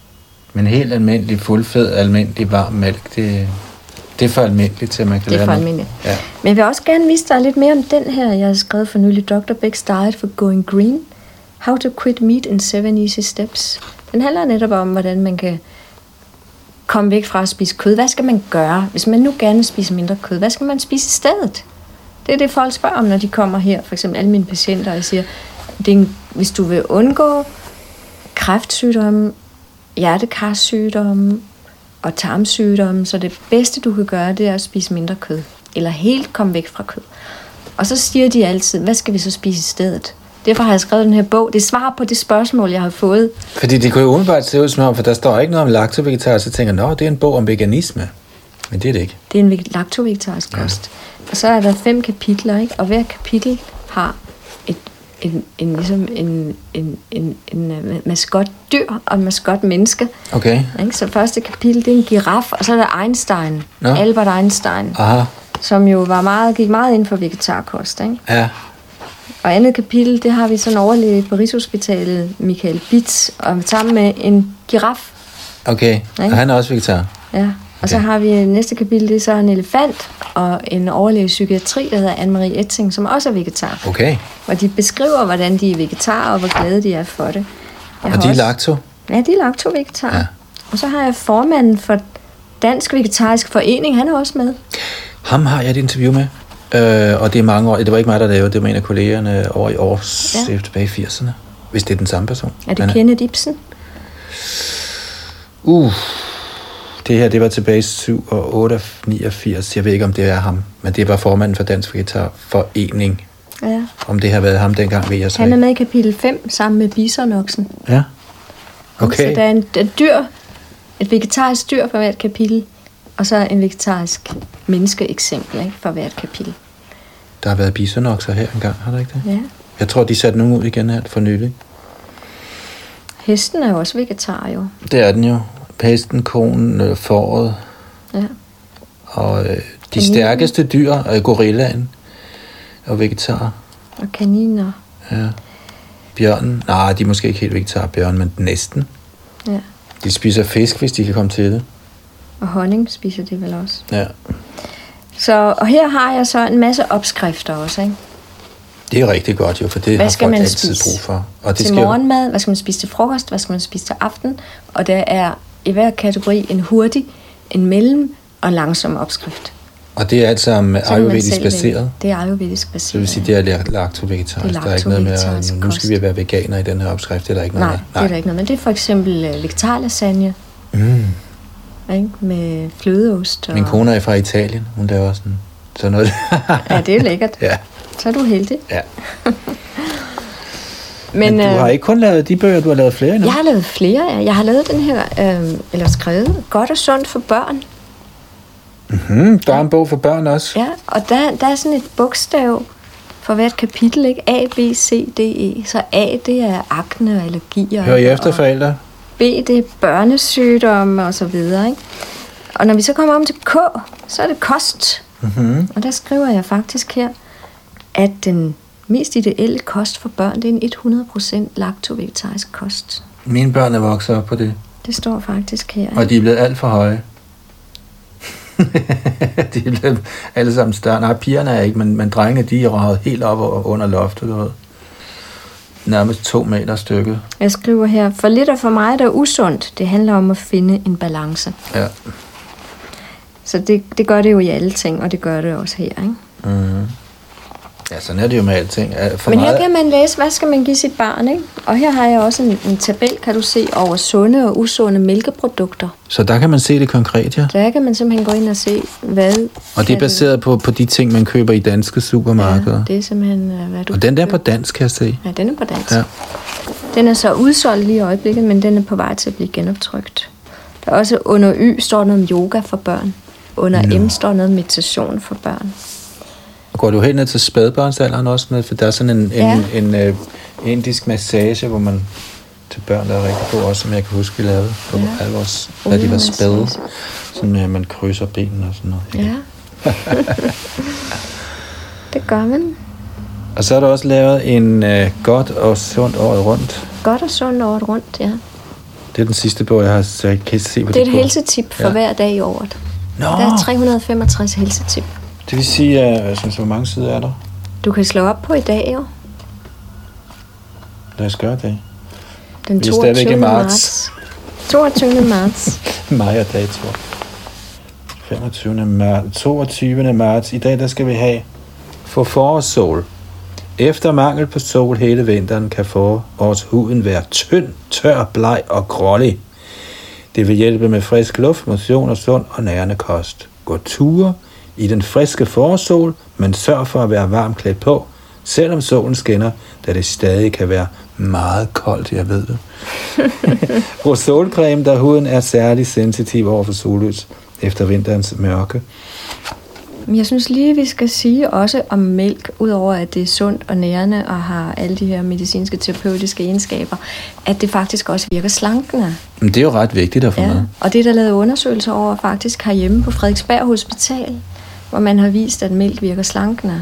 Men helt almindelig, fuldfed, almindelig varm mælk, det er for almindeligt til, at man kan lære noget. Det er for almindeligt. Ja. Men jeg vil også gerne vise dig lidt mere om den her, jeg har skrevet for nylig, Dr. Beck's Diet for Going Green. How to quit meat in 7 easy steps. Den handler netop om, hvordan man kan komme væk fra at spise kød. Hvad skal man gøre, hvis man nu gerne vil spise mindre kød? Hvad skal man spise i stedet? Det er det, folk spørger om, når de kommer her. For eksempel alle mine patienter, og jeg siger, hvis du vil undgå kræftsygdomme, hjertekarsygdomme og tarmsygdomme, så det bedste, du kan gøre, det er at spise mindre kød. Eller helt komme væk fra kød. Og så siger de altid, hvad skal vi så spise i stedet? Derfor har jeg skrevet den her bog. Det svarer på det spørgsmål, jeg har fået. Fordi det kunne jo umiddelbart se ud som om, for der står ikke noget om laktovegetar, så tænker jeg, det er en bog om veganisme. Men det er det ikke. Det er en laktovegetarisk kost. Og så er der 5 kapitler, ikke? Og hver kapitel har en maskot dyr og en maskot menneske. Okay. Ikke? Så første kapitel, det er en giraf, og så er der Einstein. Nå. Albert Einstein. Aha. Som jo gik meget ind for vegetarkost, ikke? Ja. Og andet kapitel, det har vi sådan overlæge på Rigshospitalet, Michael Bitz, og sammen med en giraf. Okay, ikke? Og han er også vegetar? Ja, og så har vi næste kapitel, det er så en elefant, og en overlæge i psykiatri, der hedder Anne-Marie Etting, som også er vegetar. Okay. Og de beskriver, hvordan de er vegetarer, og hvor glade de er for det. Og de er lakto? Ja, de er lakto-vegetarer. Ja. Og så har jeg formanden for Dansk Vegetarisk Forening, han er også med. Ham har jeg et interview med. Og det er mange år, det var ikke mig, der lavede, det var en af kollegerne over i års, tilbage i 80'erne, hvis det er den samme person. Er det Kenneth Ibsen? Det her, det var tilbage i 7 og 89, jeg ved ikke, om det er ham, men det var formanden for Dansk Vegetar Forening. Ja. Om det har været ham dengang, ved jeg så. Han er med i kapitel 5, sammen med bisonoksen. Ja, okay. Så der er et vegetarisk dyr for hvert kapitel, og så en vegetarisk menneskeeksempel, ikke, for hvert kapitel. Der har været bisonokser her engang, har der ikke det? Ja. Jeg tror, de satte nogen ud igen her for nylig. Hesten er jo også vegetar, jo. Det er den jo. Pesten, konen, fåret. Ja. Og de stærkeste dyr, gorillaen, er vegetarer. Og kaniner. Ja. Bjørnen. Nej, de er måske ikke helt vegetar, bjørnen, men næsten. Ja. De spiser fisk, hvis de kan komme til det. Og honning spiser de vel også. Ja. Og her har jeg så en masse opskrifter også, ikke? Det er rigtig godt jo, for det har folk altid brug for. Og det til morgenmad, hvad skal man spise til frokost, hvad skal man spise til aften? Og der er i hver kategori en hurtig, en mellem og en langsom opskrift. Og det er alt sammen ayurvedisk baseret? Det er ayurvedisk baseret. Så vil sige, det er laktovegetarisk. Der er ikke noget med, nu skal vi være veganer i den her opskrift. Det er der ikke noget med. Nej, det er der ikke noget med. Det er for eksempel vegetarlasagne. Ikke? Med flødeost. Min kone er fra Italien. Hun laver sådan noget. Ja, det er lækkert. Ja. Så er du heldig. Ja. Men du har ikke kun lavet de bøger, du har lavet flere nu? Jeg har lavet flere, ja. Jeg har lavet den her, eller skrevet, Godt og sundt for børn. Der er en bog for børn også. Ja, og der er sådan et bogstav for hvert kapitel, ikke? A, B, C, D, E. Så A, det er akne og allergier. Hører I efter, forældre? B, det er børnesygdomme og så videre, ikke? Og når vi så kommer om til K, så er det kost. Og der skriver jeg faktisk her, at den mest ideelle kost for børn, det er en 100% laktovegetarisk kost. Mine børn er vokset op på det. Det står faktisk her. Og de er blevet alt for høje. De er blevet alle sammen større. Nej, pigerne er ikke, men drengene, de er raget helt op og under loftet. Du ved. Nærmest 2 meter stykket. Jeg skriver her, for lidt og for meget er usundt. Det handler om at finde en balance. Ja. Så det gør det jo i alle ting, og det gør det også her, ikke? Ja, sådan er det jo med alting. Men her kan man læse, hvad skal man give sit barn, ikke? Og her har jeg også en tabel, kan du se, over sunde og usunde mælkeprodukter. Så der kan man se det konkret, ja? Der kan man simpelthen gå ind og se, hvad... Og det er baseret på de ting, man køber i danske supermarkeder? Ja, det er simpelthen, hvad du... Og den der er på dansk, kan jeg se? Ja, den er på dansk. Ja. Den er så udsolgt lige i øjeblikket, men den er på vej til at blive genoptrykt. Der er også under Y står noget om yoga for børn. Under M står noget meditation for børn. Går du helt ned til spædbørnsalderen også med? For der er sådan en indisk massage, hvor man til børn, der er rigtig god også, som jeg kan huske, vi lavede på alle vores, da de var spæde. Sådan med, at man krydser benene og sådan noget. Ja. Det gør man. Og så er der også lavet en godt og sundt året rundt. Godt og sundt året rundt, ja. Det er den sidste bog, jeg har set. Kan I se på det? Det er et helsetip for hver dag i året. Nå. Der er 365 helsetip. Det vil sige, at hvor mange sider er der? Du kan slå op på i dag, jo. Lad os gøre det. Den 22. marts. 22. marts. Mig og dato. 22. marts. I dag der skal vi have for forårssol. Efter mangel på sol hele vinteren kan forårshuden være tynd, tør, bleg og grålig. Det vil hjælpe med frisk luft, motion og sund og nærende kost. Gå ture i den friske forårssol, men sørg for at være varmt klædt på, selvom solen skinner, da det stadig kan være meget koldt, jeg ved det. Brug solcreme, da huden er særlig sensitiv over for sollys efter vinterens mørke. Jeg synes lige, vi skal sige også om mælk, udover at det er sundt og nærende og har alle de her medicinske, terapeutiske egenskaber, at det faktisk også virker slankende. Men det er jo ret vigtigt at få med. Og det er der lavet undersøgelser over faktisk herhjemme på Frederiksberg Hospital, hvor man har vist, at mælk virker slankende.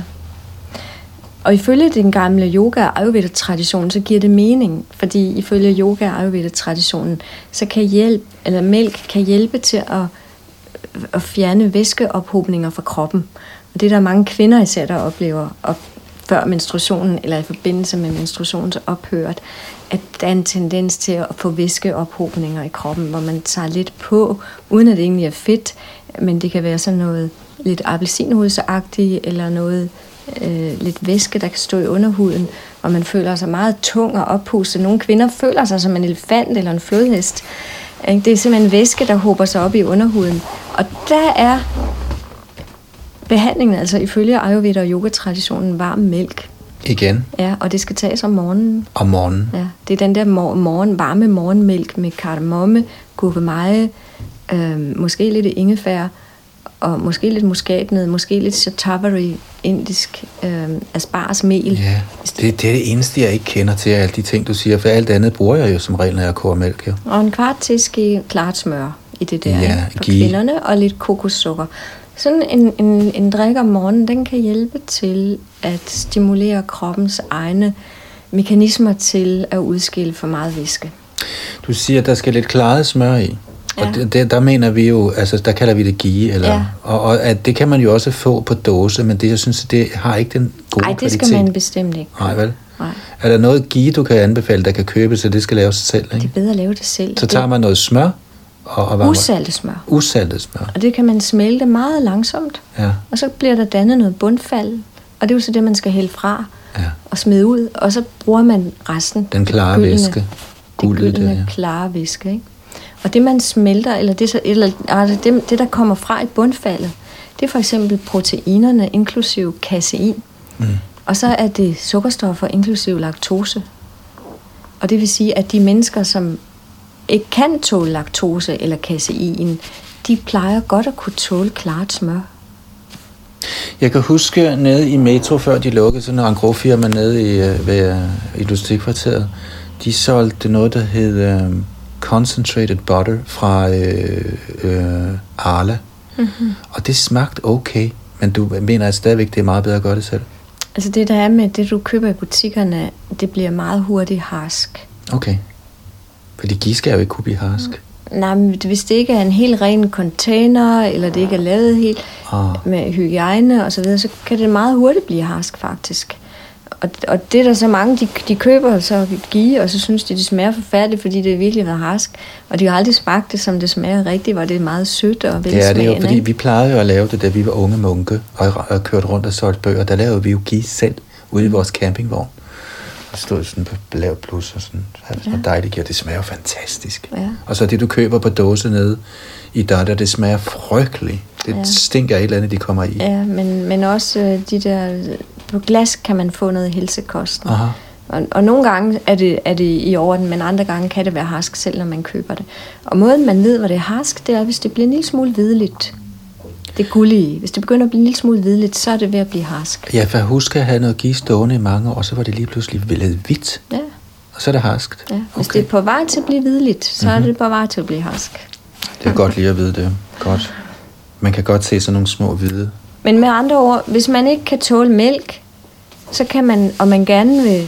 Og ifølge den gamle yoga- og ayurveda-tradition, så giver det mening, fordi ifølge yoga- og ayurveda-traditionen, så kan mælk kan hjælpe til at fjerne væskeophobninger fra kroppen. Og det er der mange kvinder især, der oplever før menstruationen, eller i forbindelse med menstruationens ophørt, at der er en tendens til at få væskeophobninger i kroppen, hvor man tager lidt på, uden at det egentlig er fedt, men det kan være sådan noget lidt appelsinhovedsagtigt, eller noget lidt væske, der kan stå i underhuden, og man føler sig meget tung og oppustet. Nogle kvinder føler sig som en elefant eller en flodhest. Det er simpelthen væske, der hober sig op i underhuden. Og der er behandlingen, altså ifølge Ayurveda og yoga-traditionen, varm mælk. Igen? Ja, og det skal tages om morgenen. Om morgenen? Ja, det er den der varme morgenmælk med kardemomme, gurkemeje, måske lidt ingefær, og måske lidt muskatnød, måske lidt shatavari, indisk aspargesmel. Ja, det er det eneste, jeg ikke kender til alle de ting, du siger, for alt andet bruger jeg jo som regel, når jeg koger mælk. Ja. Og en kvart teske klart smør i det der, for ghee. Kvinderne, og lidt kokossukker. Sådan en drik om morgenen, den kan hjælpe til at stimulere kroppens egne mekanismer til at udskille for meget væske. Du siger, at der skal lidt klaret smør i. Ja. Og der mener vi jo, altså der kalder vi det ghee, eller, ja. og at det kan man jo også få på dåse, men det, jeg synes, det har ikke den gode kvalitet. Nej, det skal man bestemt ikke. Nej, vel? Nej. Er der noget ghee, du kan anbefale, der kan købes, så det skal laves selv, ikke? Det er bedre at lave det selv. Så tager man noget smør og usaltet smør. Usaltet smør. Og det kan man smelte meget langsomt, ja. Og så bliver der dannet noget bundfald, og det er jo så det, man skal hælde fra og smide ud, og så bruger man resten. Den klare væske. Det gyldne klare væske, ikke? Og det man smelter, eller det der kommer fra i bundfaldet, det er for eksempel proteinerne, inklusive casein. Og så er det sukkerstoffer, inklusive laktose. Og det vil sige, at de mennesker, som ikke kan tåle laktose eller casein, de plejer godt at kunne tåle klart smør. Jeg kan huske nede i Metro, før de lukkede, sådan en engrosfirma nede ved Industrikvarteret, de solgte noget, der hed concentrated butter fra Arla. Mm-hmm. Og det smagte okay, men du mener at stadigvæk, det er meget bedre at gøre det selv? Altså det der er med det, du køber i butikkerne, det bliver meget hurtigt harsk. Okay. Fordi ghee skal jo ikke kunne blive harsk. Nej, men hvis det ikke er en helt ren container, eller det ikke er lavet helt med hygiejne og så videre, så kan det meget hurtigt blive harsk faktisk. Og det er der så mange, de køber så ghee, og så synes de smager forfærdeligt, fordi det virkelig været harsk. Og de har aldrig smagt det, som det smager rigtigt, hvor det er meget sødt og velsmagende. Det er det jo, fordi vi plejede jo at lave det, da vi var unge munke, og kørte rundt og solgte bøger. Der lavede vi jo ghee selv ude i vores campingvogn. Og stod sådan på lavt plus og sådan. Det var dejligt, og det smager fantastisk. Ja. Og så det, du køber på dåse nede i Dada, det smager frygteligt. Det stinker et eller andet, de kommer i. Ja, men også de der... På glas kan man få noget helsekost. Og nogle gange er det i orden, men andre gange kan det være harsk selv, når man køber det. Og måden, man ved, hvor det er harsk, det er, hvis det bliver en lille smule hvidligt. Det gullige. Hvis det begynder at blive en lille smule hvidligt, så er det ved at blive harsk. Ja, for jeg husker at have noget ghee stående i mange år, så var det lige pludselig blevet hvidt. Ja. Og så er det harskt. Ja, hvis det er på vej til at blive hvidligt, så er det på vej til at blive harsk. Det er godt lige at vide det. Godt. Man kan godt se sådan nogle små hvide. Men med andre ord, hvis man ikke kan tåle mælk, så kan man, og man gerne vil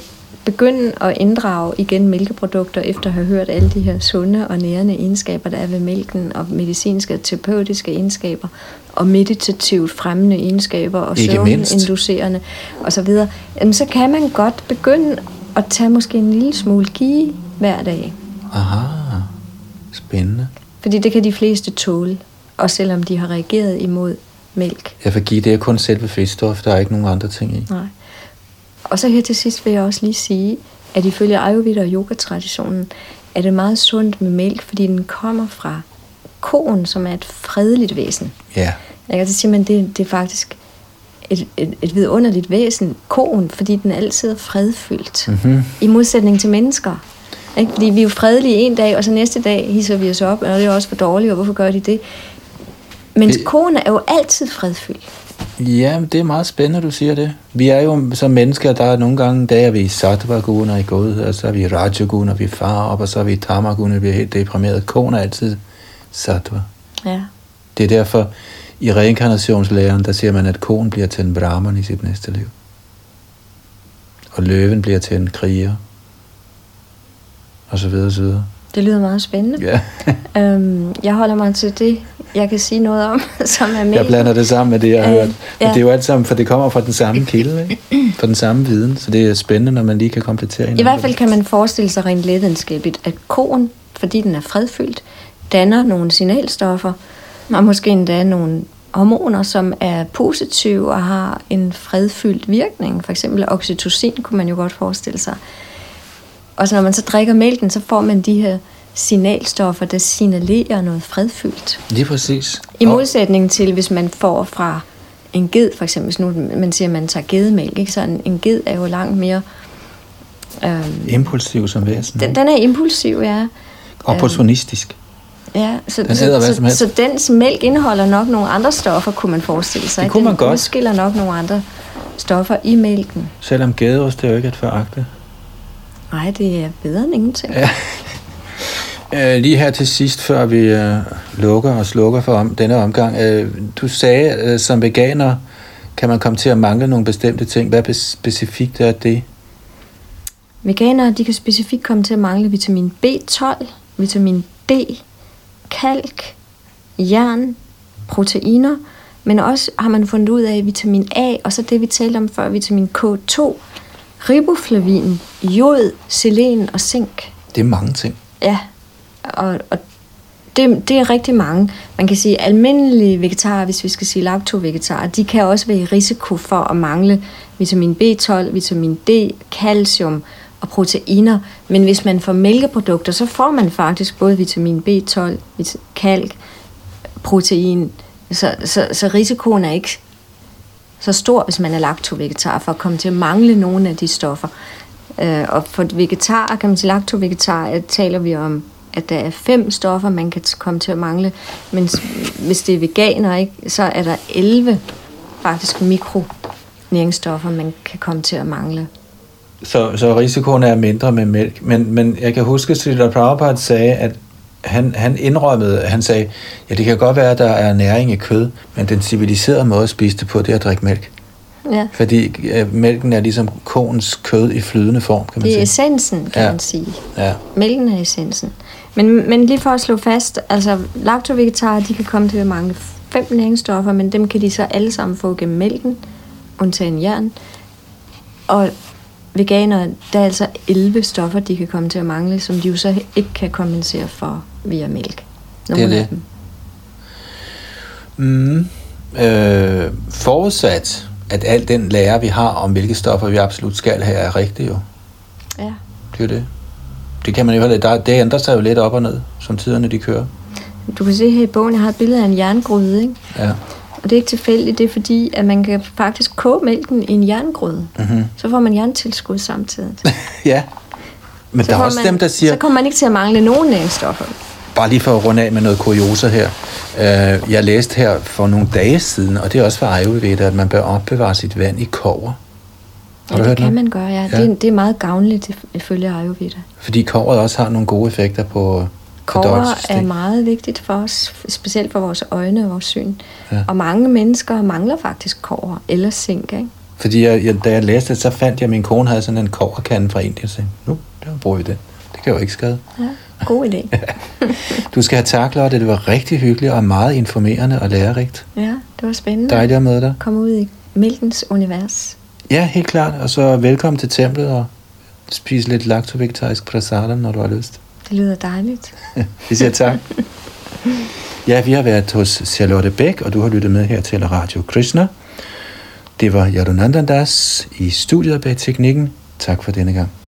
begynde at inddrage igen mælkeprodukter, efter at have hørt alle de her sunde og nærende egenskaber, der er ved mælken, og medicinske og terapeutiske egenskaber, og meditativt fremmende egenskaber, og søvninducerende osv., så kan man godt begynde at tage måske en lille smule ghee hver dag. Aha, spændende. Fordi det kan de fleste tåle, også selvom de har reageret imod mælk. Ja, for ghee, det er kun selve fedtstof, der er ikke nogen andre ting i. Nej. Og så her til sidst vil jeg også lige sige, at ifølge Ayurveda og yoga-traditionen, er det meget sundt med mælk, fordi den kommer fra koen, som er et fredeligt væsen. Ja. Jeg kan sige, at det er faktisk et vidunderligt væsen, koen, fordi den altid er fredfyldt. Mm-hmm. I modsætning til mennesker. Ikke? Fordi vi er jo fredelige en dag, og så næste dag hisser vi os op, og det er også for dårligt, og hvorfor gør de det? Men koen er jo altid fredfyldt. Ja, det er meget spændende, du siger det. Vi er jo som mennesker, der er nogle gange dage, vi er sattva-guna i godhed, og så er vi rajaguna, vi farer op, og så er vi tamaguna, vi er helt deprimeret. Koen er altid sattva. Ja. Det er derfor, i reinkarnationslæren, der siger man, at koen bliver til en brahman i sit næste liv. Og løven bliver til en kriger. Og så videre, så videre. Det lyder meget spændende. Ja. Jeg holder mig til det, jeg kan sige noget om, som er med. Jeg blander det sammen med det, jeg har hørt. Men det er jo alt sammen, for det kommer fra den samme kilde, ikke? Fra den samme viden. Så det er spændende, når man lige kan komplettere hinanden. I hvert fald kan man forestille sig rent letvidenskabeligt, at koen, fordi den er fredfyldt, danner nogle signalstoffer, og måske endda nogle hormoner, som er positive og har en fredfyldt virkning. For eksempel oxytocin kunne man jo godt forestille sig. Og så når man så drikker mælken, så får man de her signalstoffer, der signalerer noget fredfyldt. Lige præcis. I modsætning til, hvis man får fra en ged, for eksempel, hvis nu man siger, at man tager gedemælk, ikke? Så en ged er jo langt mere impulsiv som væsen. Den er impulsiv, ja. Opportunistisk. Ja, så dens mælk indeholder nok nogle andre stoffer, kunne man forestille sig. Det kunne man godt. Den udskiller nok nogle andre stoffer i mælken. Selvom gedeost er jo ikke at foragte. Nej, det er bedre end ingenting. Ja. Lige her til sidst, før vi lukker og slukker for denne omgang. Du sagde, at som veganer kan man komme til at mangle nogle bestemte ting. Hvad specifikt er det? Veganere, de kan specifikt komme til at mangle vitamin B12, vitamin D, kalk, jern, proteiner, men også har man fundet ud af vitamin A, og så det vi talte om før, vitamin K2, riboflavin, jod, selen og zink. Det er mange ting. Ja, og det er rigtig mange. Man kan sige, at almindelige vegetarer, hvis vi skal sige lacto-vegetarer, de kan også være i risiko for at mangle vitamin B12, vitamin D, calcium og proteiner. Men hvis man får mælkeprodukter, så får man faktisk både vitamin B12, kalk, protein. Så risikoen er ikke så stor, hvis man er lacto-vegetar, for at komme til at mangle nogle af de stoffer. Og for vegetarer, kan man sige lacto-vegetar, taler vi om, at der er 5 stoffer, man kan komme til at mangle. Men hvis det er veganer, ikke, så er der 11 faktisk mikronæringsstoffer, man kan komme til at mangle. Så risikoen er mindre med mælk. Men jeg kan huske, at Srila Prabhupada sagde, at han indrømmede, han sagde, ja, det kan godt være, at der er næring i kød, men den civiliserede måde at spise det på, det er at drikke mælk. Ja. Fordi mælken er ligesom koens kød i flydende form, kan man sige. Det er essensen, kan man sige. Ja. Mælken er essensen. Men lige for at slå fast, altså lactovegetarer, de kan komme til at mangle 5 næringsstoffer, men dem kan de så alle sammen få gennem mælken, undtagen jern. Og veganere, der er altså 11 stoffer, de kan komme til at mangle, som de jo så ikke kan kompensere for via mælk. Nogle det er det. Forudsat, at al den lære, vi har om, hvilke stoffer vi absolut skal have, er rigtigt jo. Ja. Det er det. Det kan man jo heller. Det ændrer sig jo lidt op og ned, som tiderne de kører. Du kan se her i bogen, jeg har et billede af en jerngryde, ikke? Ja. Og det er ikke tilfældigt, det er fordi, at man kan faktisk koge mælken i en jerngryde. Mm-hmm. Så får man jerntilskud samtidig. Ja, men så der er også dem, der siger... Så kommer man ikke til at mangle nogen næringsstoffer. Bare lige for at runde af med noget kurioser her. Jeg læste her for nogle dage siden, og det er også fra Ayurveda, at man bør opbevare sit vand i kobber. Ja, det kan man gøre, ja. Det er meget gavnligt ifølge Ayurveda. Fordi kobberet også har nogle gode effekter på kobber er meget vigtigt for os, specielt for vores øjne og vores syn. Ja. Og mange mennesker mangler faktisk kobber eller zink, ikke? Fordi da jeg læste det, så fandt jeg, at min kone havde sådan en kobberkande fra Indien, så nu bruger vi det. Det kan jo ikke skade. Ja, god idé. Du skal have tak, Lotte. Det var rigtig hyggeligt og meget informerende og lærerigt. Ja, det var spændende. Dejligt at møde dig. Kom ud i mælkens univers. Ja, helt klart. Og så velkommen til templet og spise lidt laktovegetarisk prasadam, når du har lyst. Det lyder dejligt. Vi siger tak. Ja, vi har været hos Charlotte Bæk, og du har lyttet med her til Radio Krishna. Det var Yadunandandas i studiet bag teknikken. Tak for denne gang.